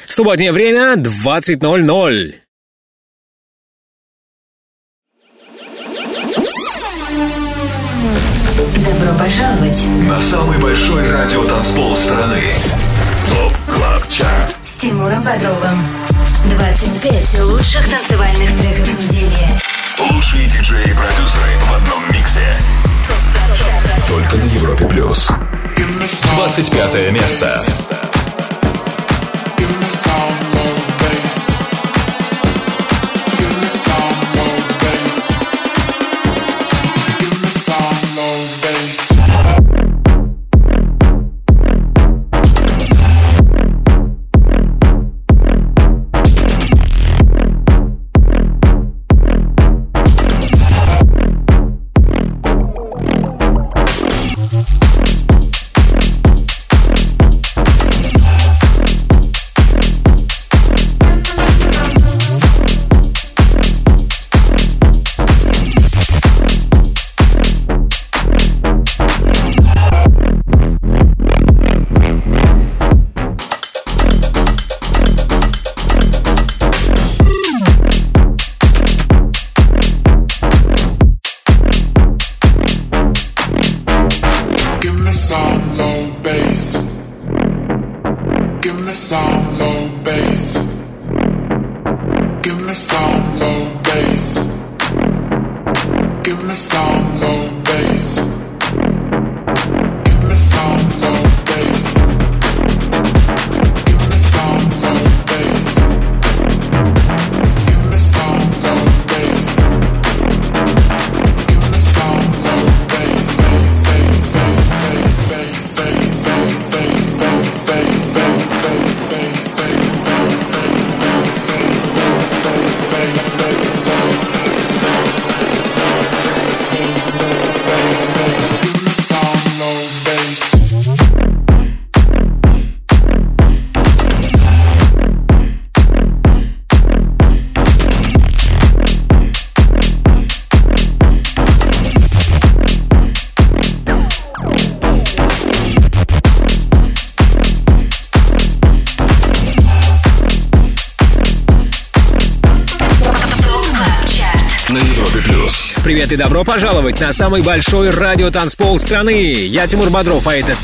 Субботнее время 20:00. Добро пожаловать на самый большой радиотанцпол страны. ТОП КЛАБ ЧАРТ с Тимуром Бодровым. 25 лучших танцевальных треков недели. Лучшие диджеи и продюсеры в одном миксе. Только на Европе Плюс. 25 место. Привет и добро пожаловать на самый большой радиотанцпол страны. Я Тимур Бодров, а это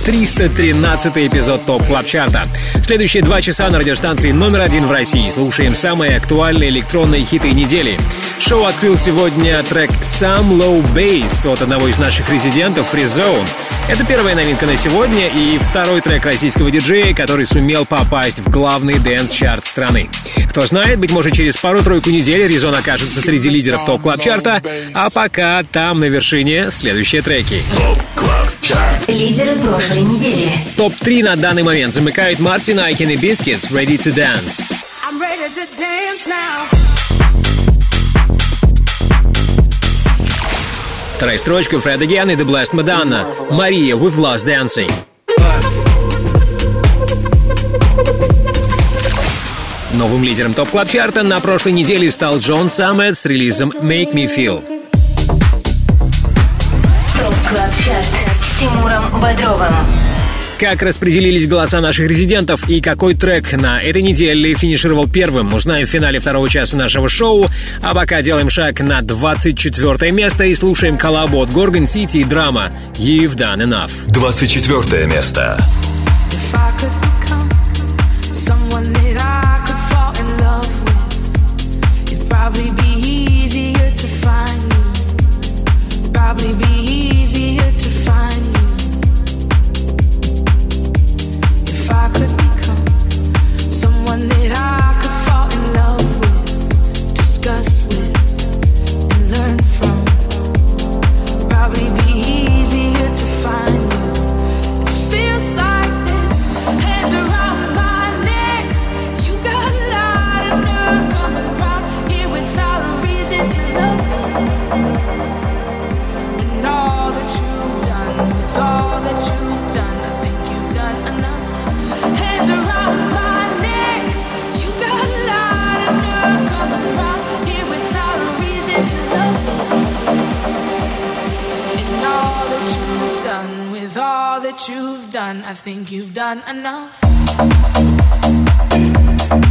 313-й эпизод ТОП КЛАБ ЧАРТа. Следующие 2 часа на радиостанции номер 1 в России. Слушаем самые актуальные электронные хиты недели. Шоу открыл сегодня трек «Some Low Bass» от одного из наших резидентов Free Zone. Это первая новинка на сегодня и второй трек российского диджея, который сумел попасть в главный дэнс-чарт страны. Кто знает, быть может, через пару-тройку недель Резон окажется среди лидеров ТОП КЛАБ ЧАРТа, а пока там на вершине следующие треки. ТОП КЛАБ ЧАРТ. Лидеры прошлой недели. Топ-3 на данный момент замыкают Мартин Айкен и Biscuits «Ready to Dance». I'm ready to dance now. Вторая строчка Fred Again и The Blessed Madonna «Maria with Last Dancing». Новым лидером ТОП КЛАБ ЧАРТа на прошлой неделе стал Джон Саммет с релизом «Make Me Feel». ТОП КЛАБ ЧАРТ с Тимуром Бодровым. Как распределились голоса наших резидентов и какой трек на этой неделе финишировал первым, узнаем в финале второго часа нашего шоу. А пока делаем шаг на 24 место и слушаем коллабу от Gorgon City и Drama «You've Done Enough». 24 место. You've done, I think you've done enough.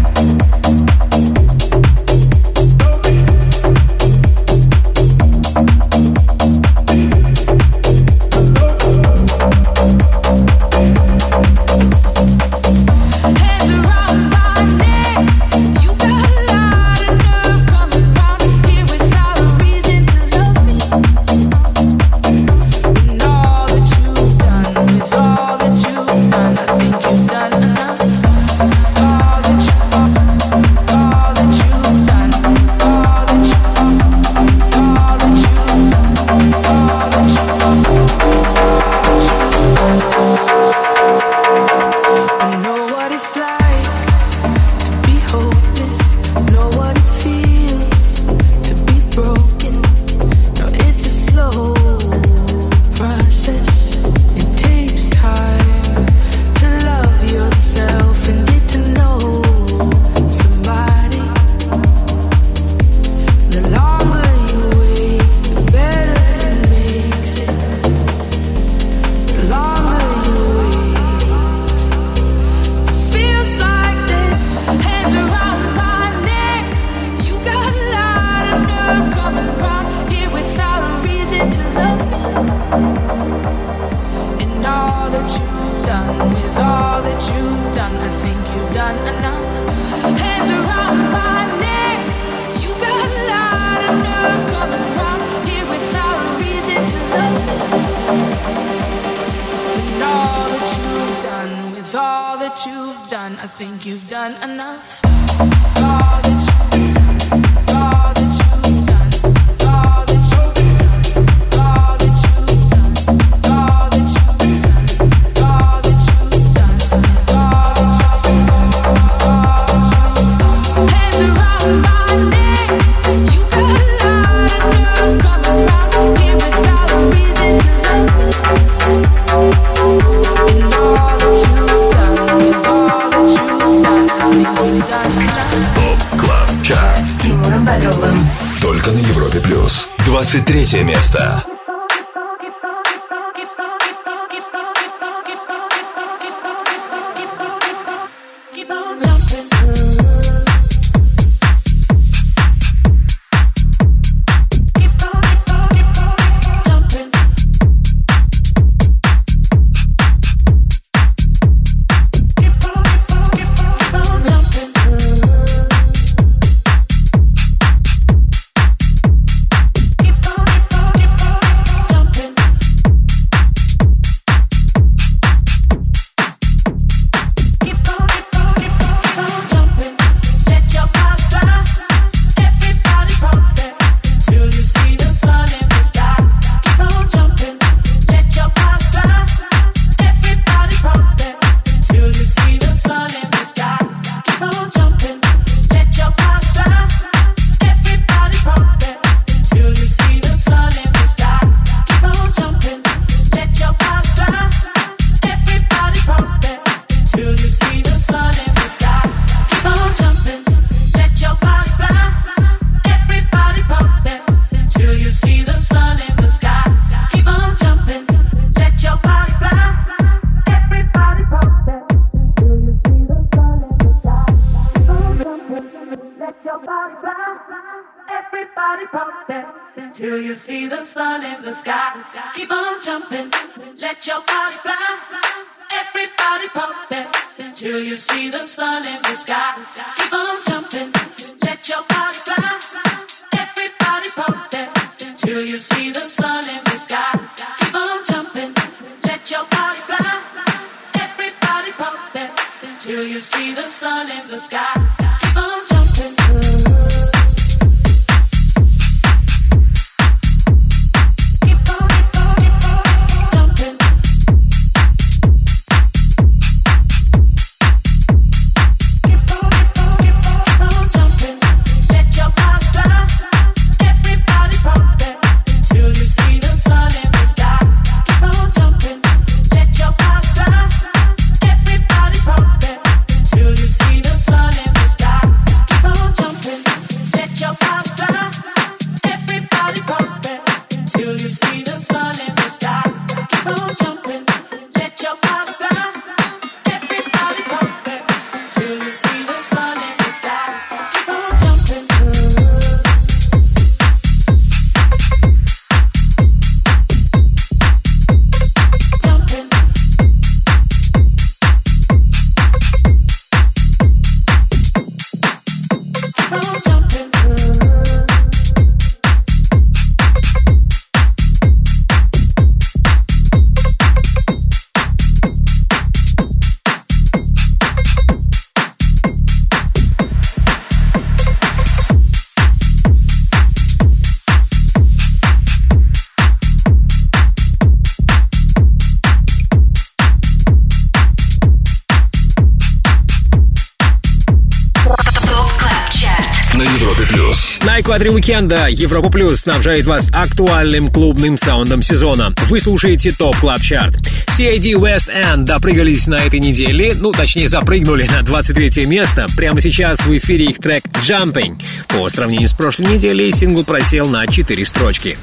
I think you've done enough. Только на Европе плюс. 23 место. На экваторе уикенда Европа Плюс снабжает вас актуальным клубным саундом сезона. Вы слушаете ТОП Клаб Чарт. CID West End допрыгались на этой неделе, точнее запрыгнули на 23 место. Прямо сейчас в эфире их трек Jumping. По сравнению с прошлой неделей сингл просел на 4 строчки.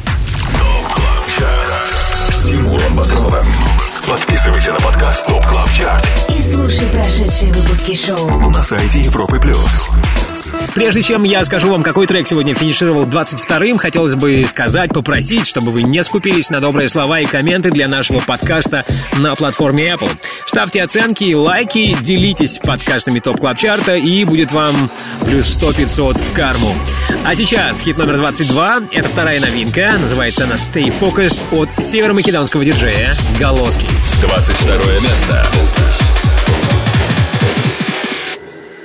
ТОП Клаб Чарт с Тимуром Бодровым. Подписывайся на подкаст ТОП Клаб Чарт и слушай прошедшие выпуски шоу на сайте Европы Плюс. Прежде чем я скажу вам, какой трек сегодня финишировал 22-м, хотелось бы попросить, чтобы вы не скупились на добрые слова и комменты для нашего подкаста на платформе Apple. Ставьте оценки и лайки, делитесь подкастами ТОП Клаб Чарта, и будет вам плюс 100-500 в карму. А сейчас хит номер 22. Это вторая новинка. Называется она Stay Focused от северомакедонского диджея Галоски. 22 место.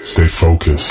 Stay focused.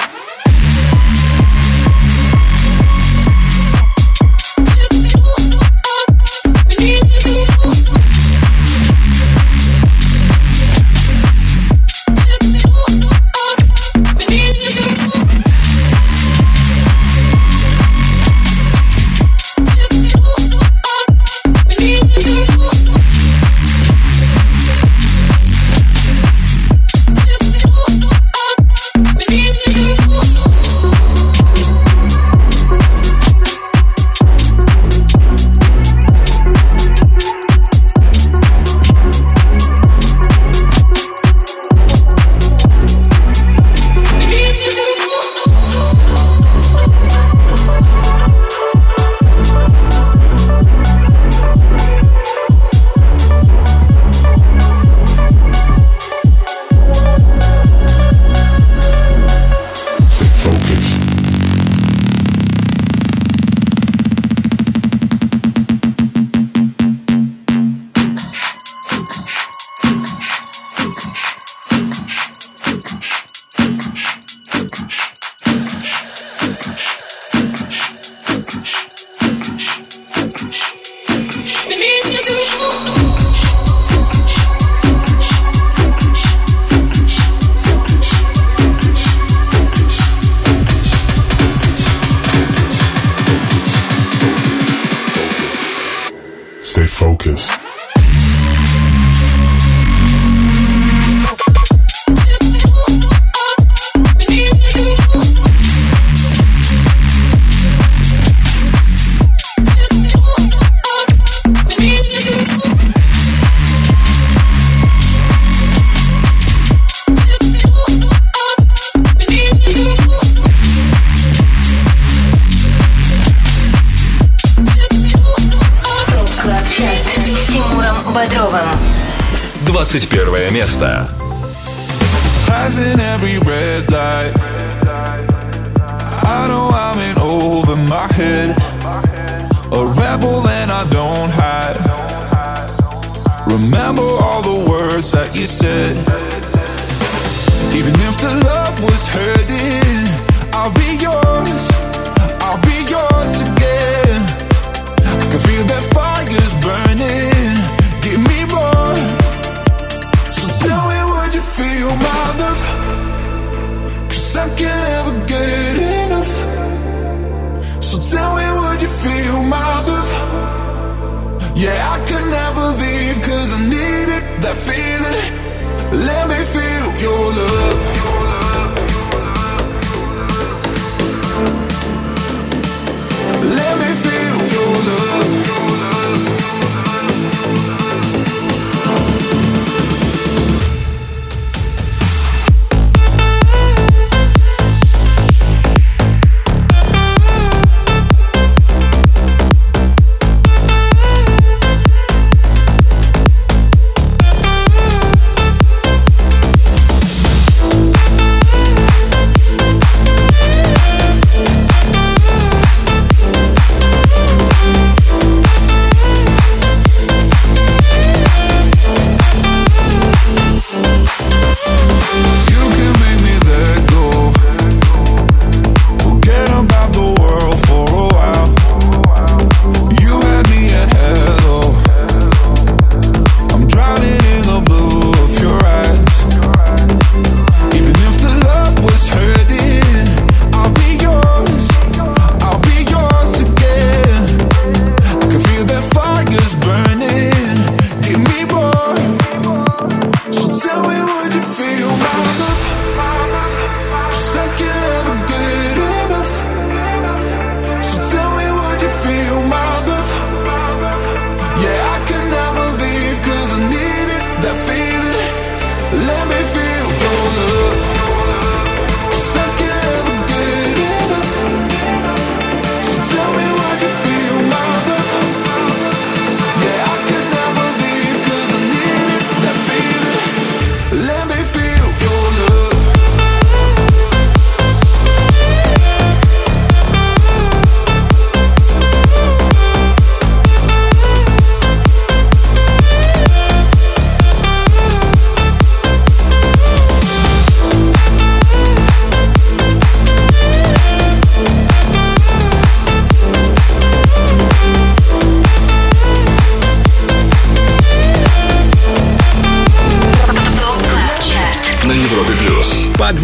Stay focused. С Тимуром Бодровым. 21 место. Passing every red light, I know I'm in over my head, a rebel and I don't hide. Remember all the words that you said. Even if the love was hurting, I'll be yours, I'll be yours again. I can feel that fire's burning, give me more. So tell me, would you feel my love? 'Cause I can't ever get enough. So tell me, would you feel my love? Yeah, I could never leave 'cause I needed that feeling. Let me feel your love. Let me feel your love.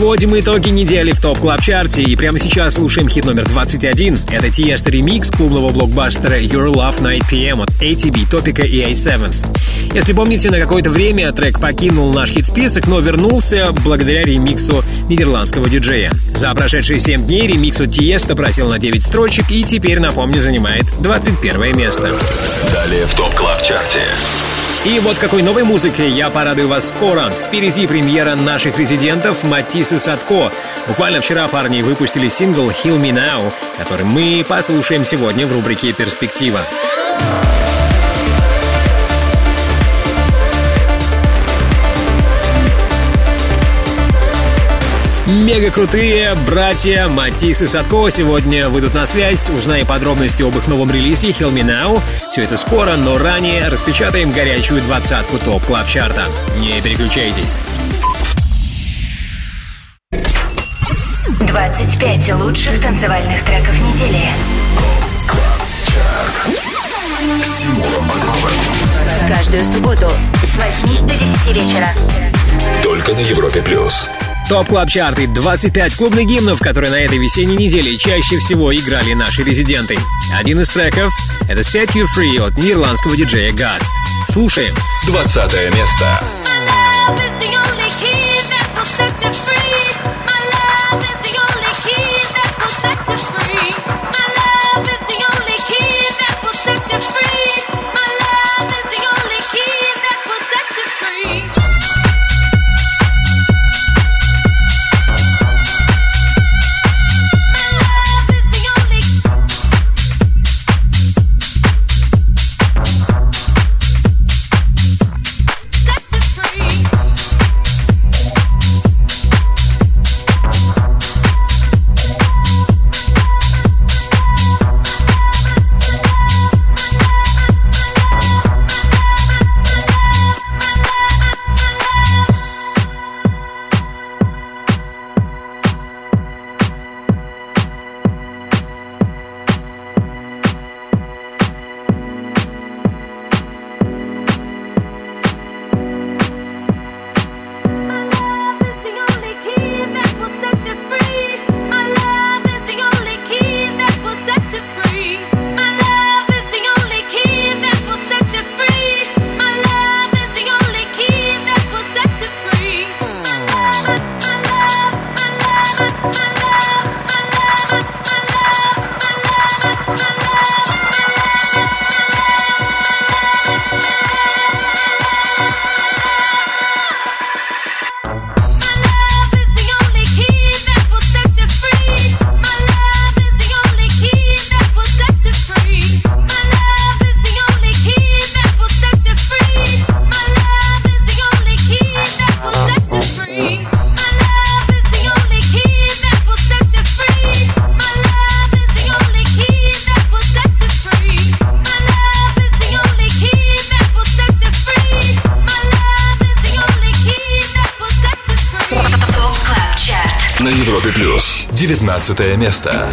Подводим итоги недели в ТОП Клаб Чарте. И прямо сейчас слушаем хит номер 21. Это Tiesto ремикс клубного блокбастера Your Love Night PM от ATB, Топика и A7. Если помните, на какое-то время трек покинул наш хит-список, но вернулся благодаря ремиксу нидерландского диджея. За прошедшие 7 дней ремикс от Tiesto просел на 9 строчек и теперь, напомню, занимает 21 место. Далее в ТОП Клаб Чарте. И вот какой новой музыкой я порадую вас скоро. Впереди премьера наших резидентов Матис и Садко. Буквально вчера парни выпустили сингл «Heal Me Now», который мы послушаем сегодня в рубрике «Перспектива». Мега крутые братья Матис и Садко сегодня выйдут на связь. Узнай подробности об их новом релизе «Heal Me Now». Все это скоро, но ранее распечатаем горячую двадцатку ТОП Клаб Чарта. Не переключайтесь. 25 лучших танцевальных треков недели. С Тимуром Бодровым. Каждую субботу с 8 до 10 вечера. Только на Европе+. ТОП Клаб Чарты, 25 клубных гимнов, которые на этой весенней неделе чаще всего играли наши резиденты. Один из треков — это «Set You Free» от нидерландского диджея Gaz. Слушаем. 20-е место. На Европе Плюс 19 место.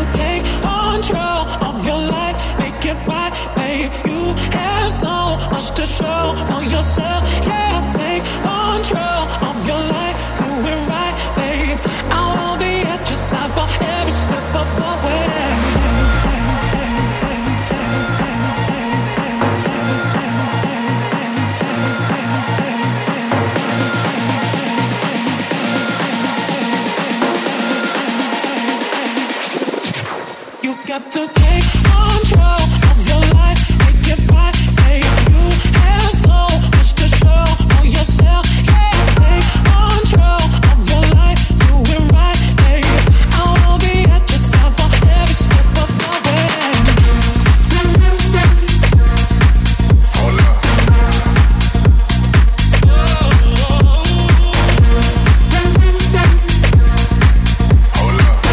To take control of your life, make it right, babe. You have so much to show for yourself. Yeah, take control of your life, do it right, babe. I will be at your side for every step of the way. Hold up. Hold up.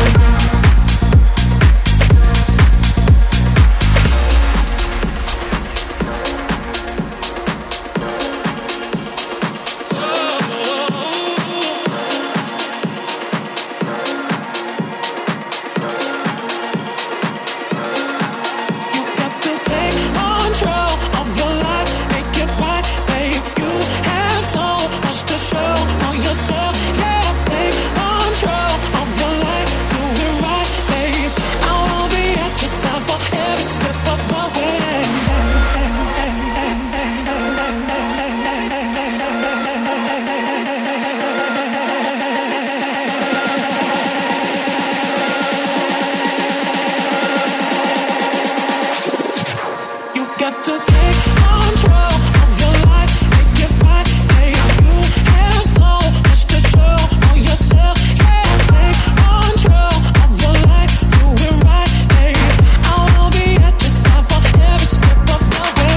to take control of your life, make it right. Hey, you have so much to show for yourself. Yeah, take control of your life, do it right. Hey, I wanna be at your side for every step of the way.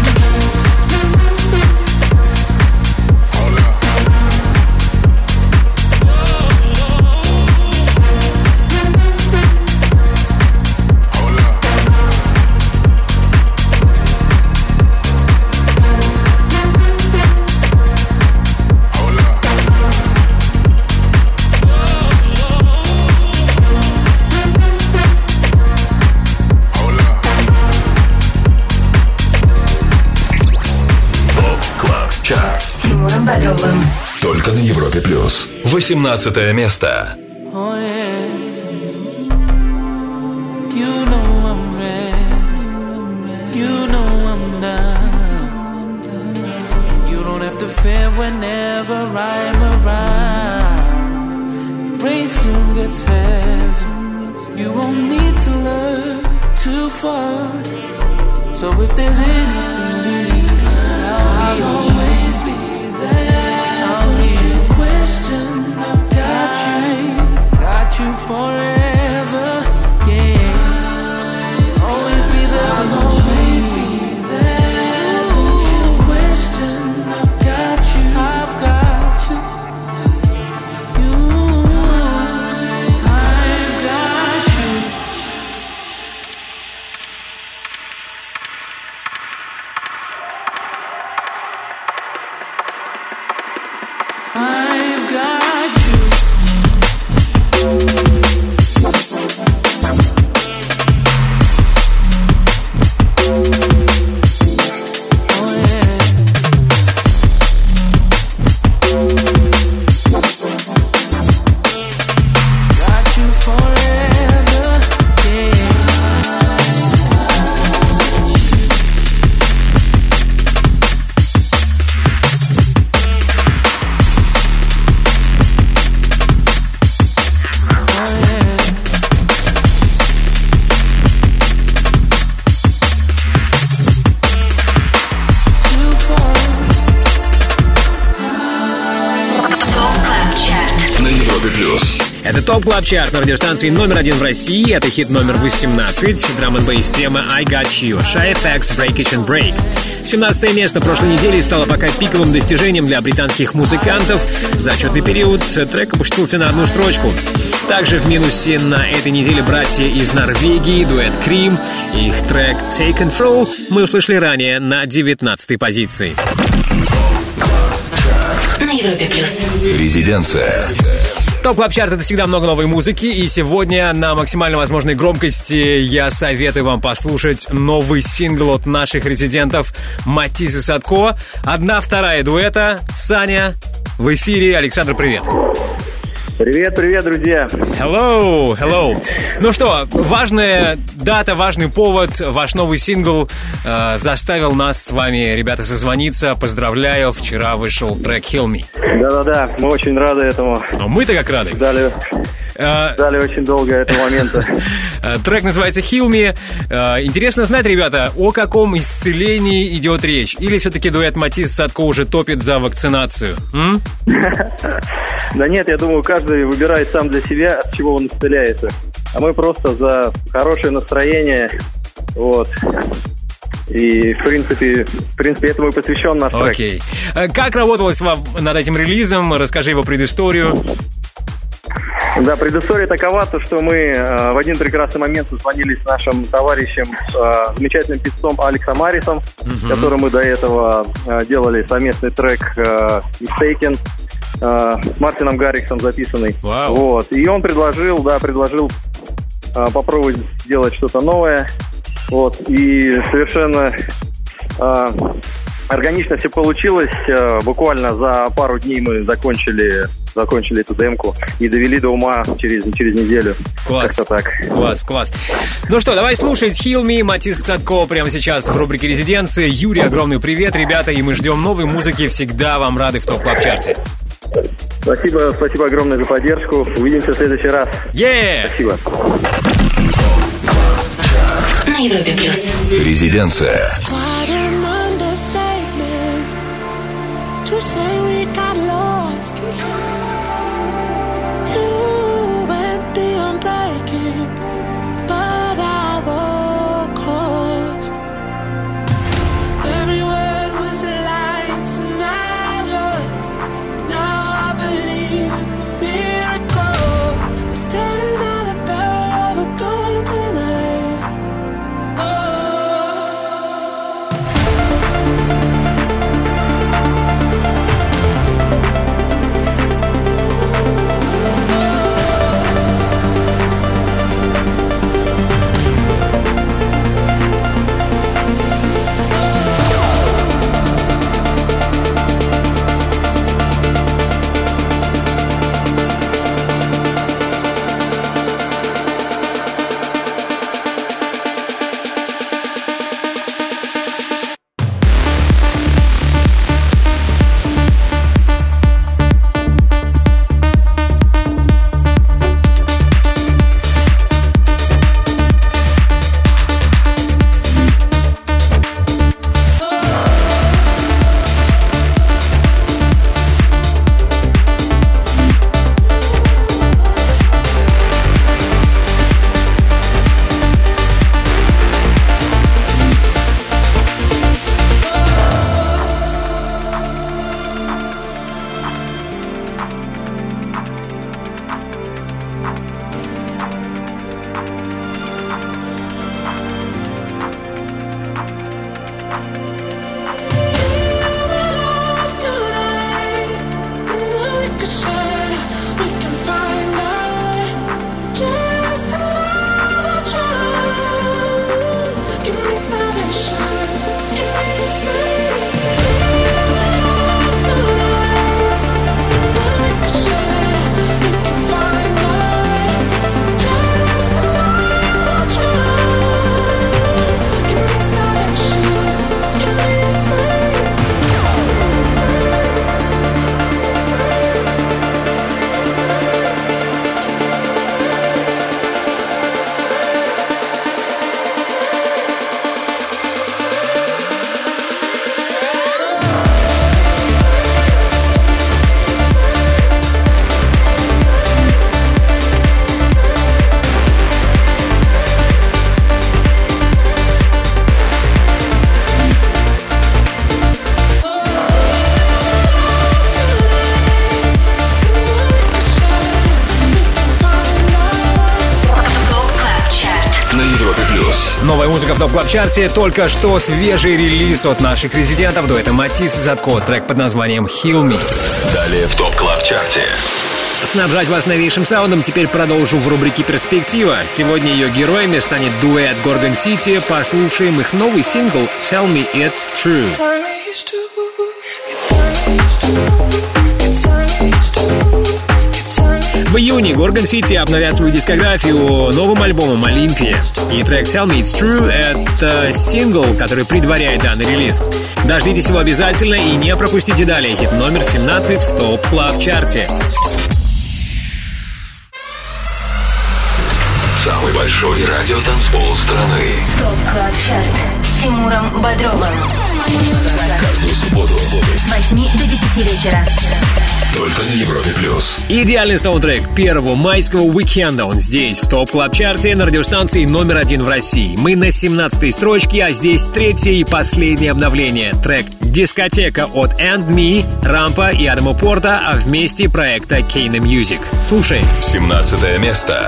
С Тимуром Бодровым. Только на Европе плюс. 18 место. Oh yeah, you know I'm ready, you know I'm down, and you don't have to fear whenever I'm around. Rain soon gets heavy, you won't need to look too far. So if there's anything you need, I'll always be there. Don't you question, I've got you forever, yeah. Always be there, I'll always be there. Don't you question, I've got you. I've got you. I've got you. Это ТОП Клаб Чарт на радиостанции номер 1 в России. Это хит номер 18. Драм-н-бейс тема I Got You. Shy FX Break It and Break. 17 место прошлой недели стало пока пиковым достижением для британских музыкантов. За отчетный период трек опустился на одну строчку. Также в минусе на этой неделе братья из Норвегии, дуэт Cream. Их трек Take Control мы услышали ранее на 19-й позиции. На Европе плюс. Резиденция. ТОП Клаб Чарт — это всегда много новой музыки, и сегодня на максимально возможной громкости я советую вам послушать новый сингл от наших резидентов Матисс и Садко. 1/2 дуэта. Саня в эфире. Александр, привет. Привет, друзья. Hello. Ну что, важная дата, важный повод. Ваш новый сингл заставил нас с вами, ребята, созвониться. Поздравляю, вчера вышел трек Heal Me. Да, мы очень рады этому. Но мы-то как рады. Ждали очень долго этого момента. Трек называется Heal Me. Интересно знать, ребята, о каком исцелении идет речь? Или все-таки дуэт Матисс Садко уже топит за вакцинацию? Да нет, я думаю, каждый выбирает сам для себя, от чего он исцеляется. А мы просто за хорошее настроение. Вот. И, в принципе, этому и посвящен наш трек. Окей. Как работалось вам над этим релизом? Расскажи его предысторию. Да, предыстория такова, что мы в один прекрасный момент созвонились с нашим товарищем, замечательным певцом Алексом Марисом, с которым мы до этого делали совместный трек «Mistaken», с Мартином Гарриксом записанный. Вот. И он предложил попробовать сделать что-то новое. Вот. И совершенно органично все получилось. Буквально за пару дней мы закончили эту демку и довели до ума через неделю. Класс. Как-то так. Класс. Ну что, давай слушать Heal Me, Матисс Садко прямо сейчас в рубрике «Резиденция». Юрий, огромный привет, ребята, и мы ждем новой музыки. Всегда вам рады в ТОП Клаб Чарте. Спасибо огромное за поддержку. Увидимся в следующий раз. Спасибо. На Европе плюс. Резиденция. Why say we got lost. You went beyond breaking, but I won't cost. Every word was a lie tonight, love. Now I believe in the miracle. I'm staring at the barrel of a gun tonight. Oh. Новая музыка в топ-клаб-чарте. Только что свежий релиз от наших резидентов. Дуэта Матис и Задко. Трек под названием «Heal Me». Далее в топ-клаб-чарте. Снабжать вас новейшим саундом теперь продолжу в рубрике «Перспектива». Сегодня ее героями станет дуэт Gorgon City. Послушаем их новый сингл «Tell Me It's True». В июне Gorgon City обновят свою дискографию новым альбомом «Олимпия». И трек «Tell Me It's True» — это сингл, который предваряет данный релиз. Дождитесь его обязательно и не пропустите далее хит номер 17 в топ-клаб-чарте. Самый большой радиотанцпол страны. ТОП-клаб-чарт с Тимуром Бодровым. Каждую субботу С 8 до 10 вечера. только на Европе+. Идеальный саундтрек первого майского уикенда. Он здесь, в топ-клаб-чарте на радиостанции номер 1 в России. Мы на 17-й строчке, а здесь третье и последнее обновление. Трек «Дискотека» от And Me, Рампа и Адама Порта, а вместе проекта Kane Music. Слушай. 17 место.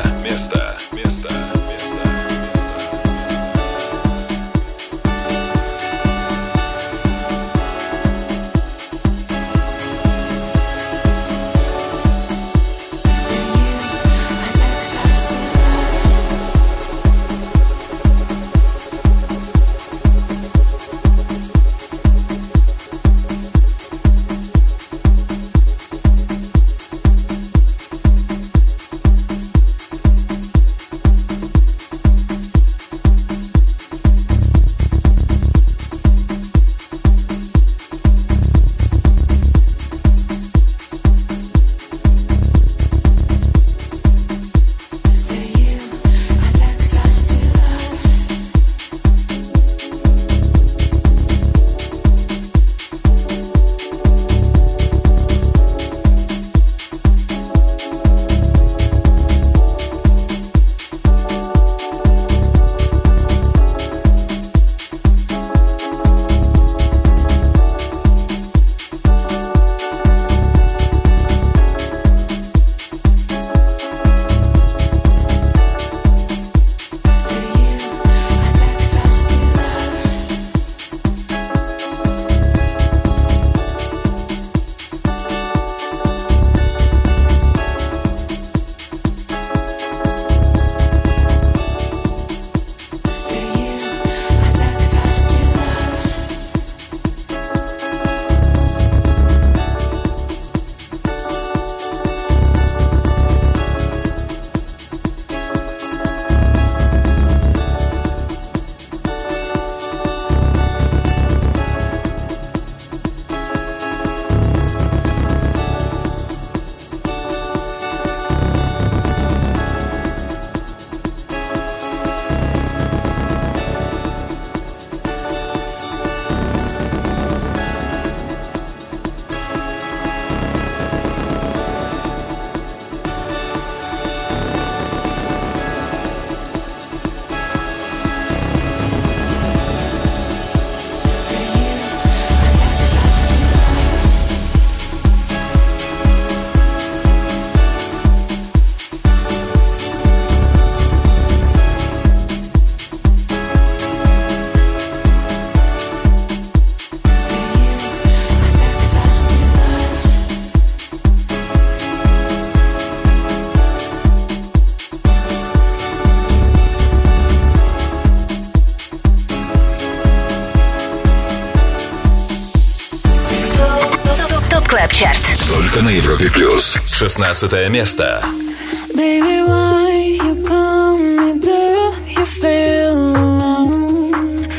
Только на Европе плюс. 16 место. Baby, why you come me do you feel alone?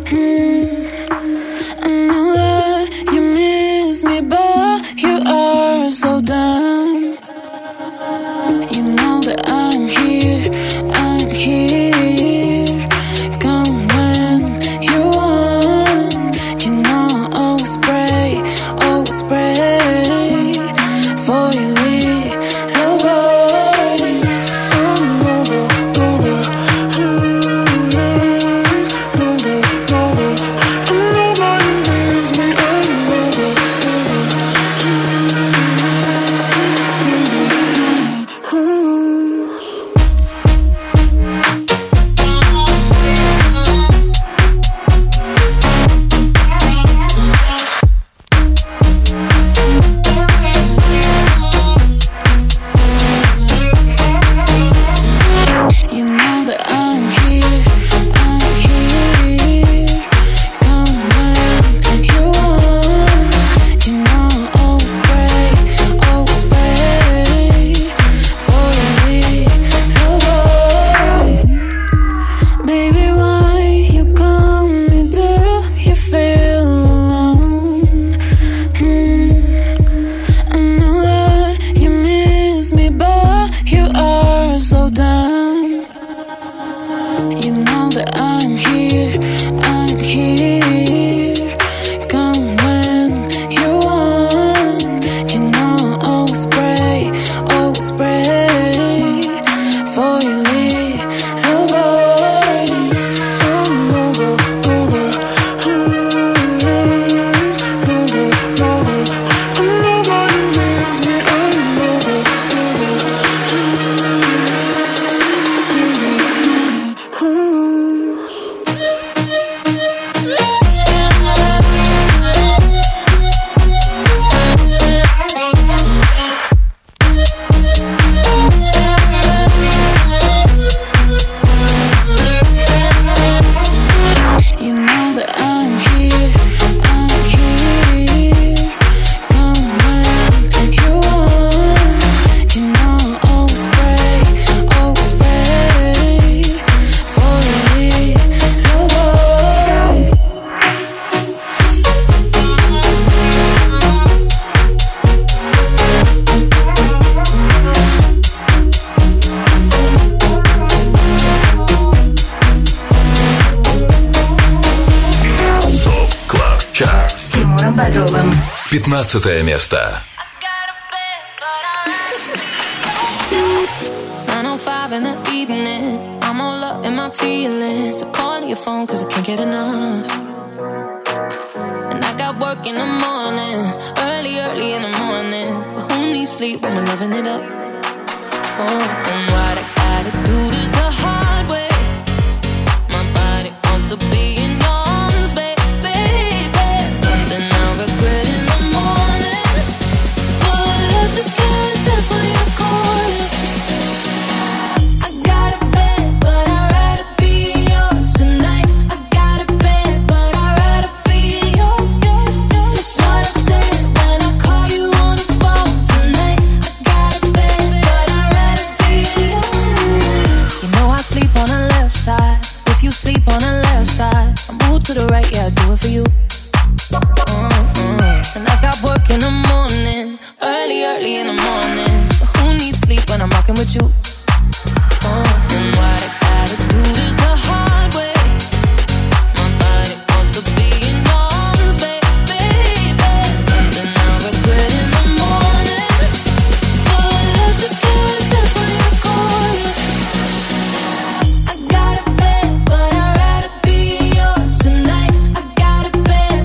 I know that you miss me, but you are so dumb. You know that I'm here, I'm here. Come when you want. You know I always pray for you leave. Тимуром Бодровым. 15 место. 9:05 in the evening, I'm all up in my feelings. So call your phone 'cause I can't get enough. And I got work in the morning, early in the morning. But who needs sleep when we're loving it up? Oh, and what I gotta do this the hard way. My body wants to be in arms, baby. Something I regret in the morning. But love just can't resist when you're calling. I got a bed, but I'd rather be yours tonight. I got a bed, but I'd rather be yours. That's what I said when I call you on the phone tonight. I got a bed, but I'd rather be yours. You know I sleep on the left side. If you sleep on the left side, I move to the right, yeah, I do it for you. And I got work in the morning, early in the morning. But who needs sleep when I'm rocking with you? And what I gotta do is the hard way. My body wants to be in arms, baby. Something I regret in the morning. But love just can't resist when you're calling. I got a bed, but I'd rather be yours tonight. I got a bed,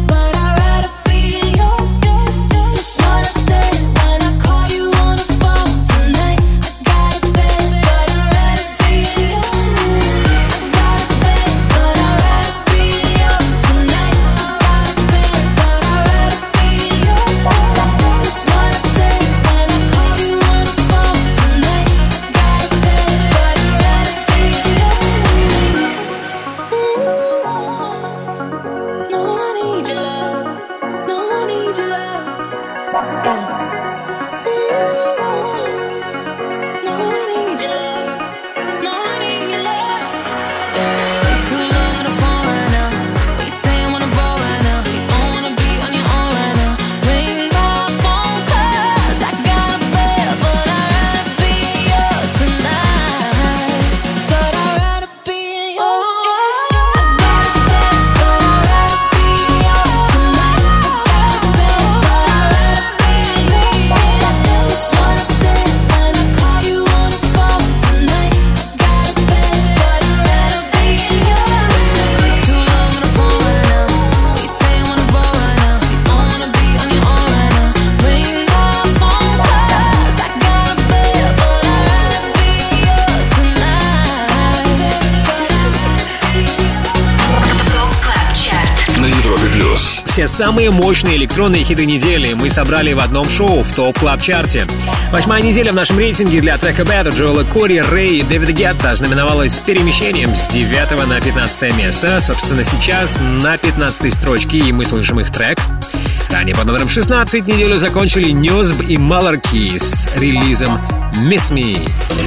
все самые мощные электронные хиты недели мы собрали в одном шоу в ТОП Клаб Чарте. 8-я неделя в нашем рейтинге для трека Bad от Джоэла Кори, Рэй и Дэвида Гетта знаменовалась перемещением с 9 на 15 место. Собственно, сейчас на 15-й строчке, и мы слышим их трек. Ранее под номером 16 неделю закончили Нёсб и Маларки с релизом «Miss Me».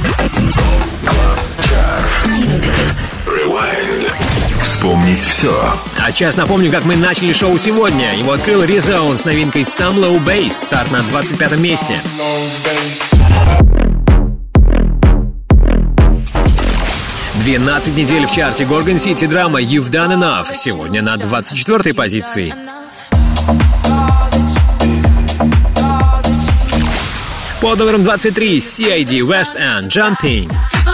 Вспомнить все. А сейчас напомню, как мы начали шоу сегодня. Его открыл Резон с новинкой Some Low Bass. Старт на 25-м месте. 12 недель в чарте Gorgon City драма You've Done Enough. Сегодня на 24-й позиции. Под номером 23 CID West End Jumping.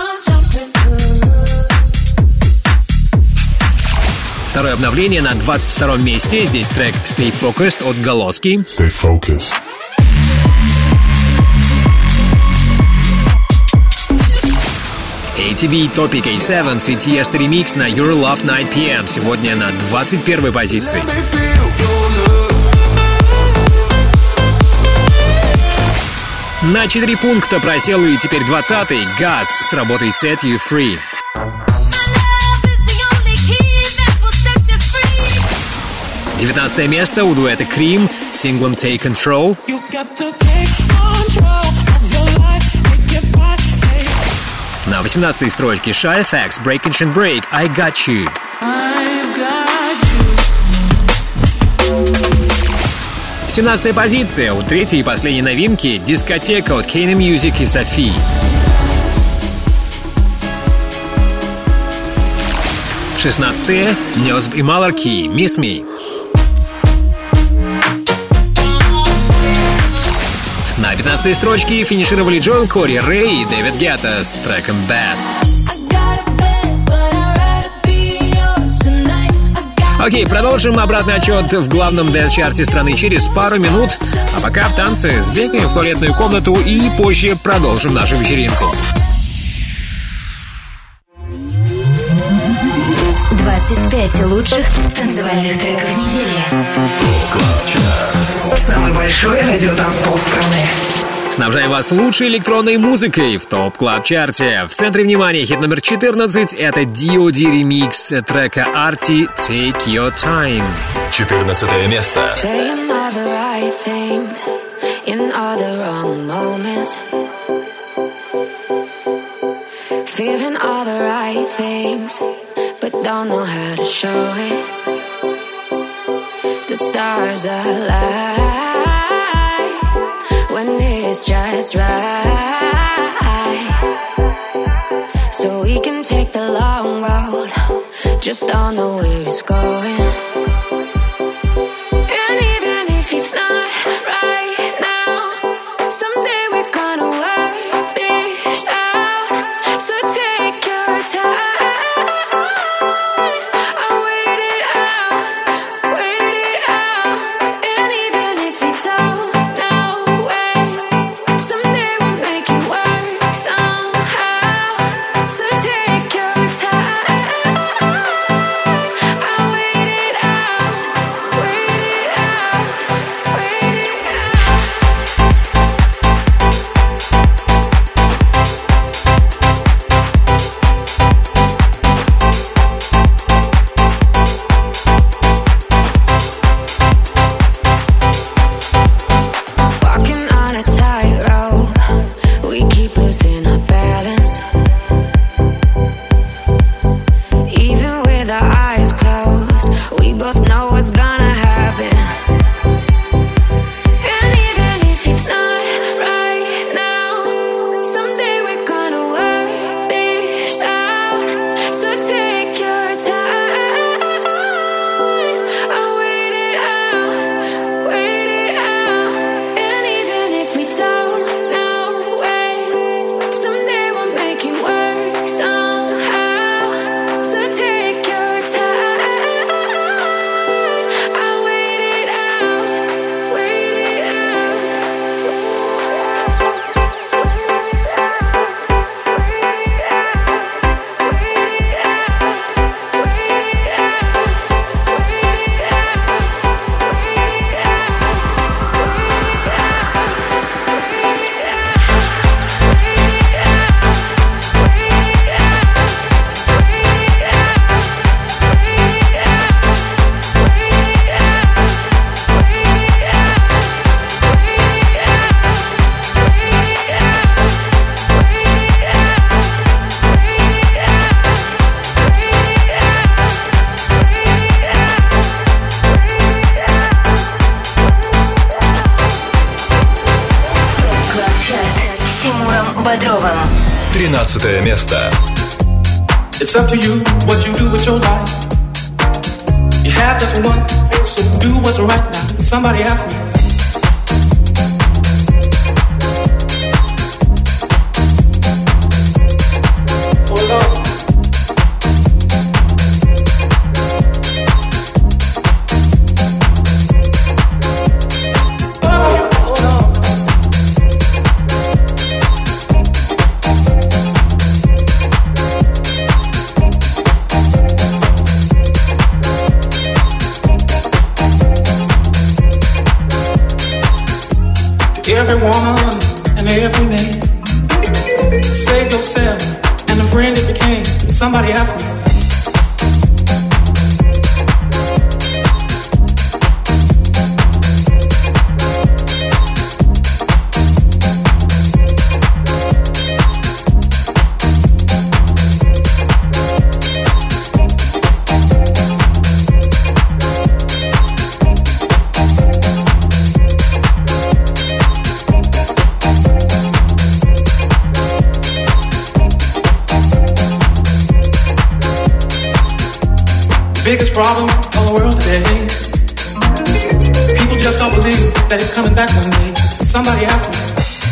Второе обновление на 22-м месте. Здесь трек Stay Focused от Голоски. Stay focused. ATB Topic A7 и Tiesto ремикс на Your Love 9 PM. Сегодня на 21-й позиции. На 4 пункта просел и теперь 20-й Газ с работой Set You Free. 19 место у дуэта Cream с синглом Take Control. На 18-й строчке Shy FX Break and Break I Got You. 17-я позиция у третьей и последней новинки Дискотека от Kane Music и Софи. 16-е Нёсб и Маларки Miss Me. На 15-й строчке финишировали Джоэл Кори, Рэй и Дэвид Гетта с треком Bad. Окей, продолжим обратный отчет в главном дэнс-чарте страны через пару минут. А пока в танце сбегаем в туалетную комнату и позже продолжим нашу вечеринку. 25 лучших танцевальных треков недели. Самый большой радиотанцпол страны. Снабжаем вас лучшей электронной музыкой в ТОП Клаб Чарте. В центре внимания хит номер 14 — это DOD ремикс трека Arty Take Your Time. 14 место. Saying all the right things in all the wrong moments. Feeling all the right things, but don't know how to show it. The stars align when it's just right, so we can take the long road. Just don't know where it's going. And even if it's not right now, someday we're gonna work this out. So take your time. Take your time. I waited out. 13 место. It's up to you what you do with your life. You have just one, so do what's right now. Somebody asked me. Hold on. Every woman and every man, save yourself and the friend it became. Somebody asked me. Biggest problem of the world today. People just don't believe that it's coming back one day. Somebody asked me.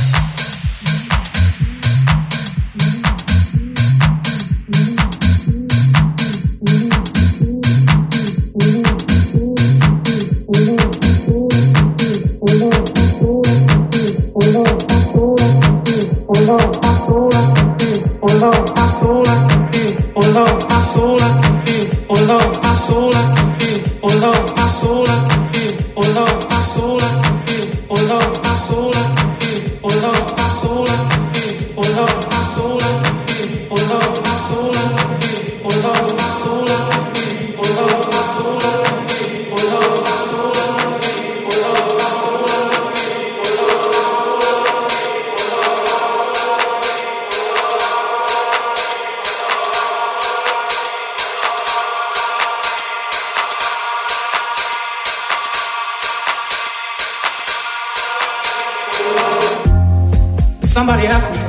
Somebody asked me.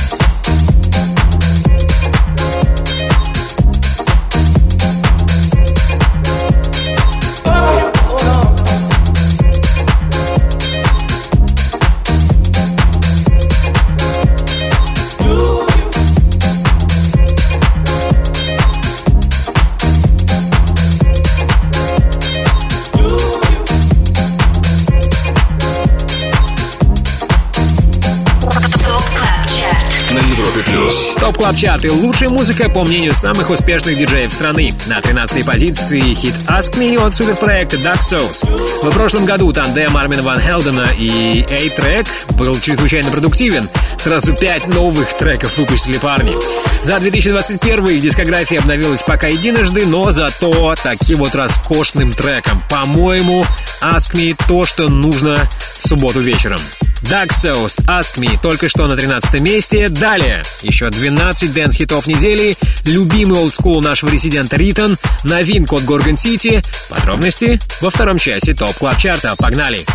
ТОП Клаб Чарт и лучшая музыка, по мнению самых успешных диджеев страны. На 13-й позиции хит Ask Me от суперпроекта Dark Souls. В прошлом году тандем Армина Ван Хелдена и A-Track был чрезвычайно продуктивен. Сразу 5 новых треков выпустили парни. За 2021 их дискография обновилась пока единожды, но зато таким вот роскошным треком. По-моему, Ask Me то, что нужно в субботу вечером. Dark Souls, Ask Me, только что на 13 месте. Далее, еще 12 дэнс-хитов недели, любимый олдскул нашего резидента Ритон, новинка от Gorgon City. Подробности во втором часе ТОП Клаб Чарта. Погнали!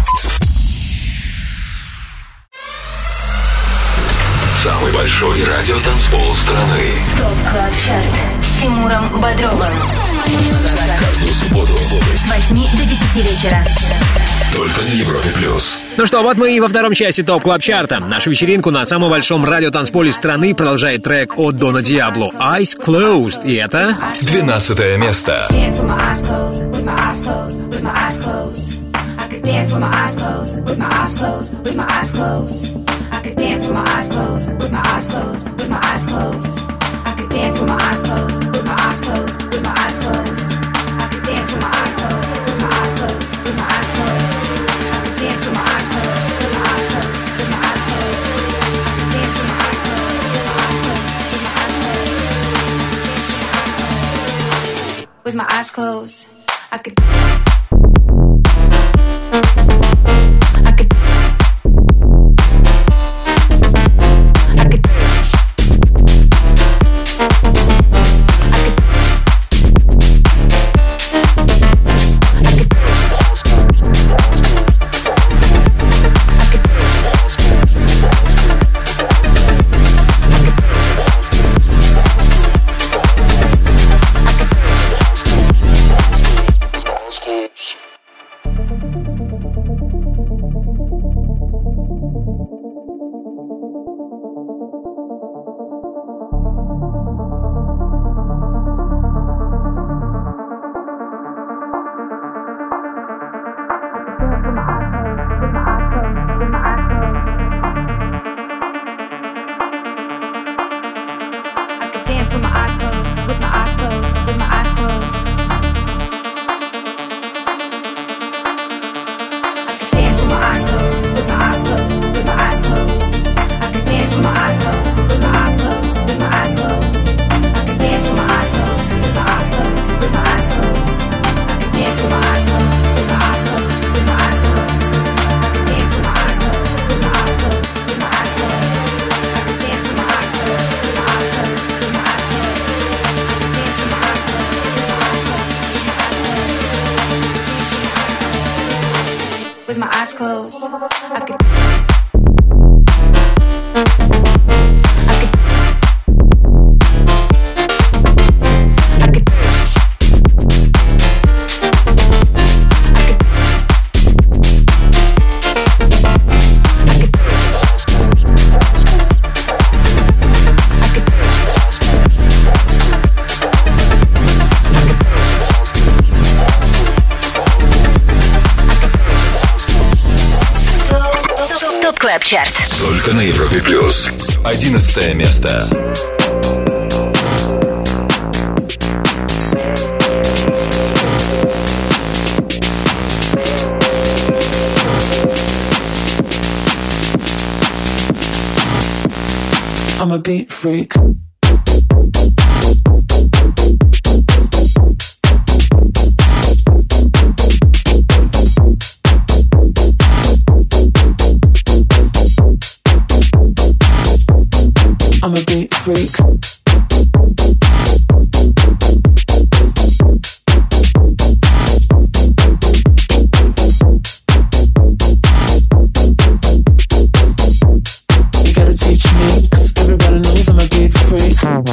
Самый большой радиотанцпол страны. ТОП Клаб Чарт с Тимуром Бодровым. Каждую субботу с 8 до 10 вечера. Только на Европе+. Ну что, вот мы и во втором часе ТОП Клаб Чарта. Нашу вечеринку на самом большом радиотанцполе страны продолжает трек от Дона Диабло «Eyes Closed». И это 12 место. With my eyes closed, I could. my eyes closed. I could Клаб Чарт. Только на Европе Плюс. 11 место. I'm a beat freak. I'm a beat freak. You gotta teach me, 'cause everybody knows I'm a beat freak.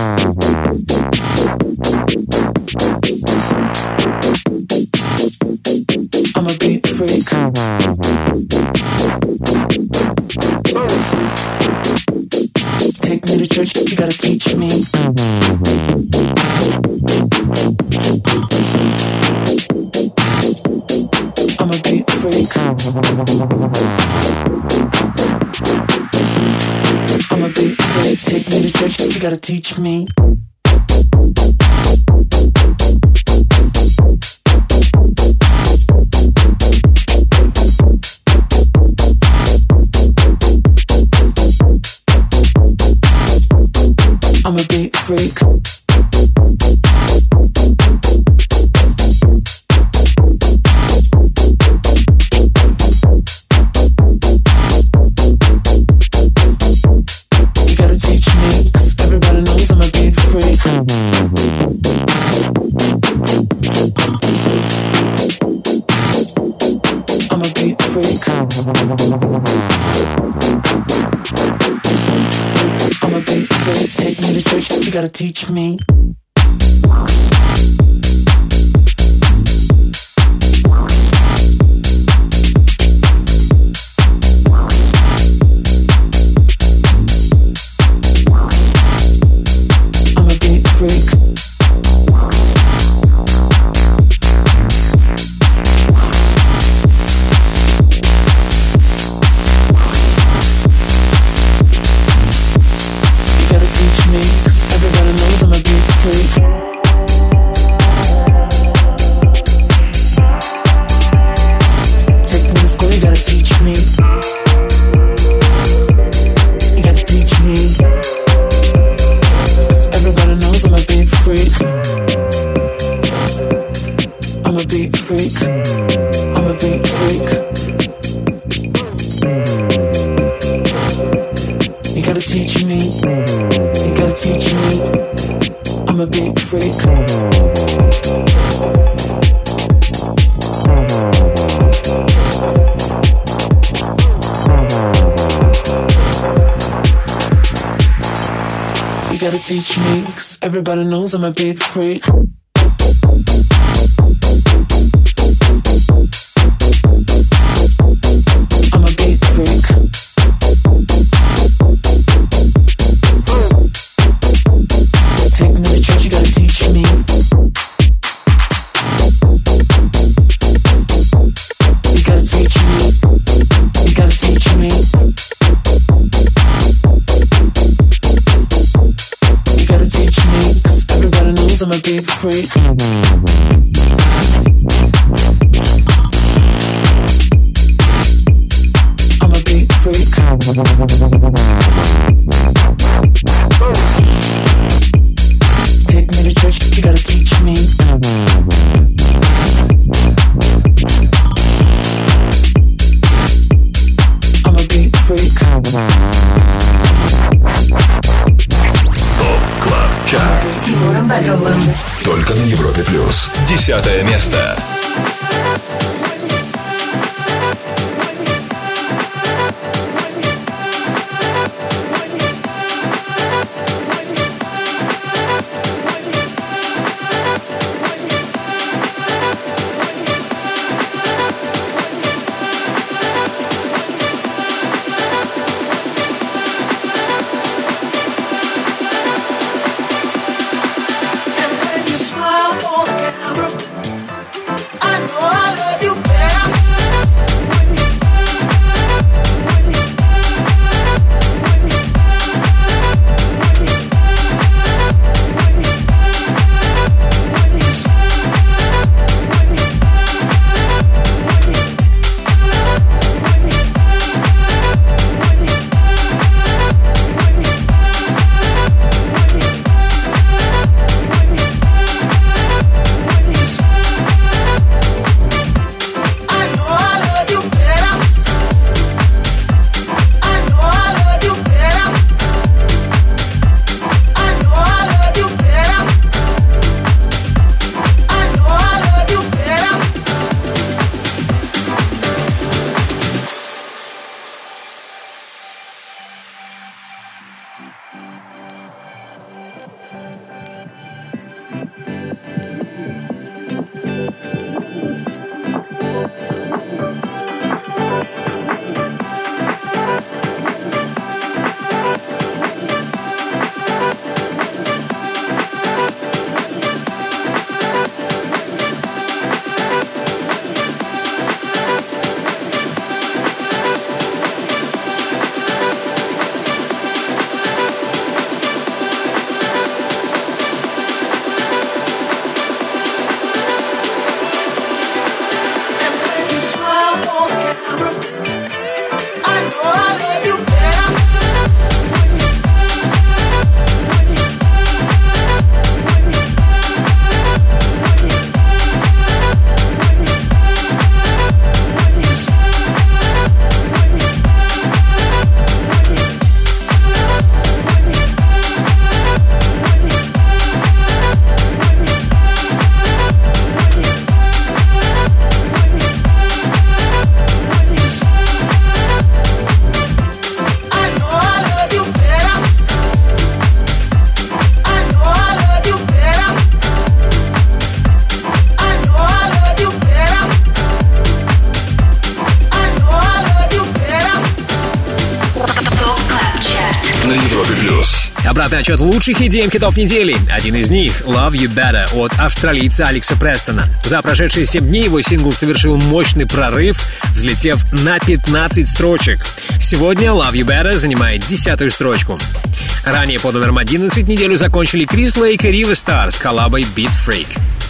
I'm a beat freak. Take me to church, you gotta teach me. I'm a beat freak. I'm a beat freak. Take me to church, you gotta teach me. I'm a beat freak. You gotta teach me, 'cause everybody knows I'm a beat freak. I'm a beat freak. I'm a beat freak. Take me to church, you gotta teach me. I'm a beat freak. Everybody knows I'm a beat freak. Take me to school, you gotta teach me. You gotta teach me. 'Cause everybody knows I'm a beat freak. I'm a beat freak. I'm a beat freak. You gotta teach me. You gotta teach me. I'm a beat freak. You gotta teach me, 'cause everybody knows I'm a beat freak. I'm a beat freak. Take me to church, you gotta teach me. You gotta teach me. You gotta teach me. You gotta teach me, 'cause everybody knows I'm a beat freak. I'm a beat freak. Take me to church, you gotta teach me. I'm a beat freak. Топ Клаб Чарт. Только на Европе Плюс. 10 место. Обратный отчет лучших идей хитов недели. Один из них — Love You Better от австралийца Алекса Престона. За прошедшие 7 дней его сингл совершил мощный прорыв, взлетев на 15 строчек. Сегодня Love You Better занимает 10-ю строчку. Ранее под номером 11 неделю закончили Крис Лейк и Рива Стар с коллабой Beat Freak.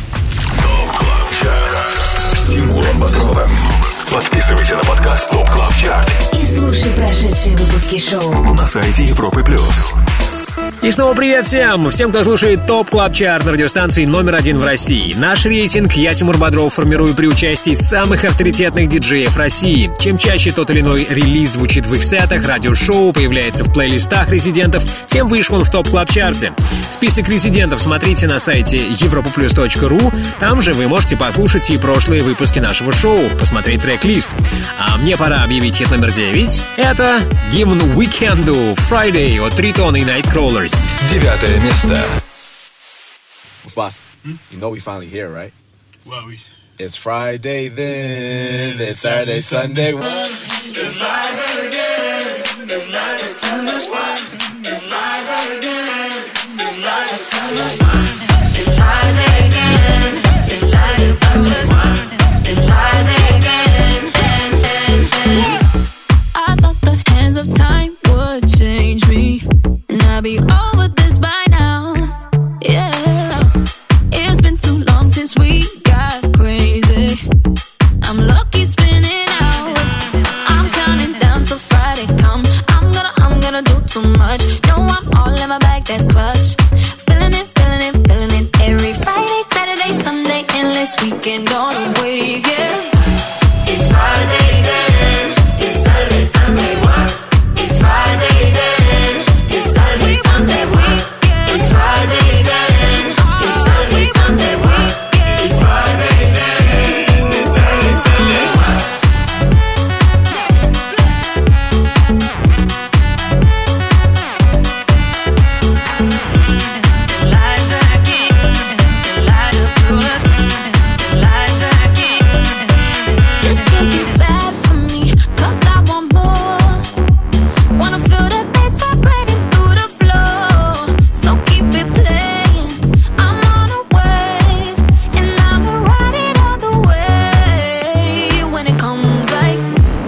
С Тимуром Бодровым. Подписывайся на подкаст Top Club Chart и слушай прошедшие выпуски шоу на сайте Европы+. И снова привет всем! Всем, кто слушает ТОП Клаб Чарт на радиостанции номер 1 в России. Наш рейтинг я, Тимур Бодров, формирую при участии самых авторитетных диджеев России. Чем чаще тот или иной релиз звучит в их сетах, радиошоу появляется в плейлистах резидентов, тем выше он в ТОП Клаб Чарте. Список резидентов смотрите на сайте europaplus.ru. Там же вы можете послушать и прошлые выпуски нашего шоу, посмотреть трек-лист. А мне пора объявить хит номер 9. Это Given Weekendu Friday от Triton и Nightcrawlers. 9-е место. Boss, you know we finally here, right? Well, it's Friday then, it's Saturday, Sunday. It's Friday again, it's Friday, Sunday. It's Friday again, it's Friday, Sunday. It's Friday again, it's Saturday, Sunday. It's Friday again, I thought the hands of time would change me, and I'd be over this by now. Yeah, it's been too long since we got crazy. I'm lucky spinning out. I'm counting down till Friday come. I'm gonna do too much. No, I'm all in my bag, that's clutch. Feeling it, feeling it, feeling it. Every Friday, Saturday, Sunday, endless weekend on a wave, yeah. It's Friday then, it's Saturday, Sunday. It's Friday then, it's Saturday, Sunday. It's Friday then, it's Saturday, Sunday. It's Friday then, it's Saturday, Sunday. This could be bad for me, 'cause I want more. Wanna feel the bass vibrating through the floor. So keep it playing. I'm on a wave, and I'ma ride it all the way. When it comes like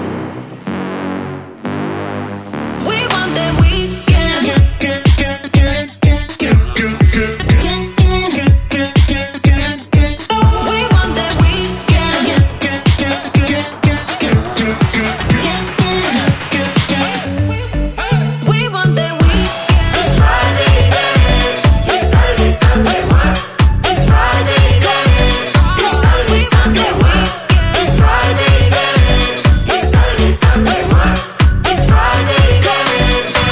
we want that weekend. We want that weekend. We want that weekend. It's Friday then, it's Saturday, Sunday. It's Friday then, it's Saturday, Sunday. It's Friday then, it's Saturday, Sunday. It's Friday then.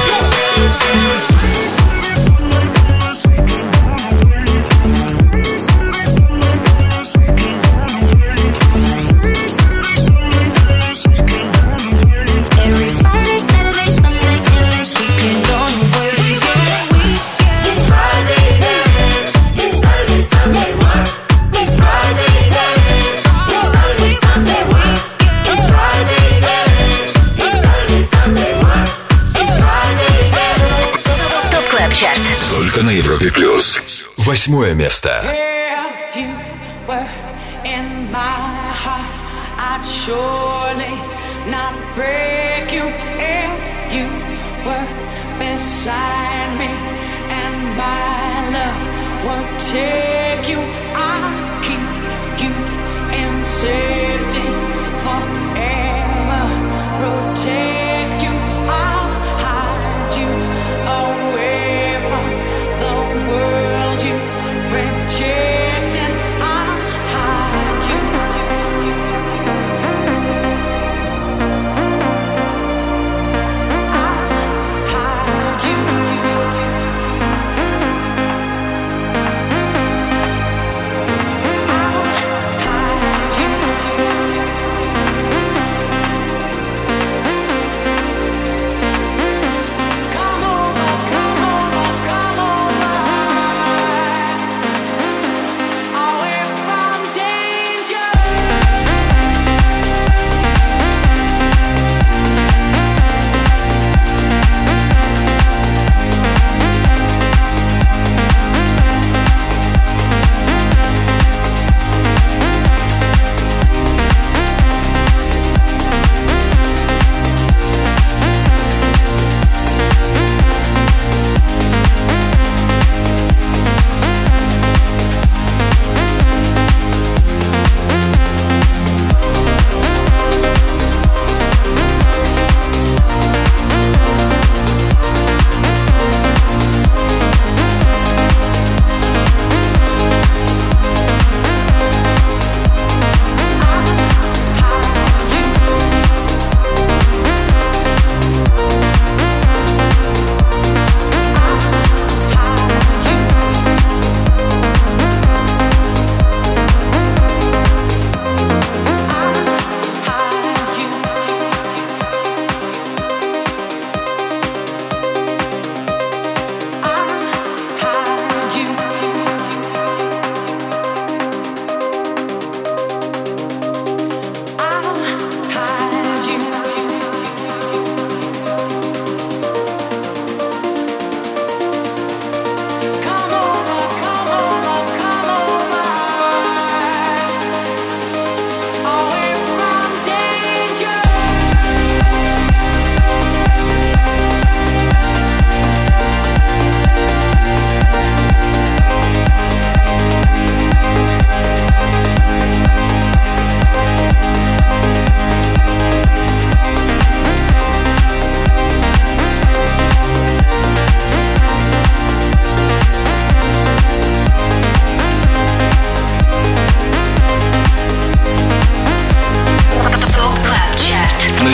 Every Friday, Saturday, Sunday, endless weekend on the wave. It's Friday then, it's Saturday, Sunday. It's Friday then, it's Saturday, Sunday. It's Friday then, it's Saturday, Sunday. It's Friday then. ТОП Клаб Чарт. Только на Европе+. 8-е место. If you were in my heart, I'd surely not break you. If you were beside me and my love would take you, I'll keep you in safety forever. Protect you, I'll hide you away from the world you reject, and I'll hide you. I'll hide you.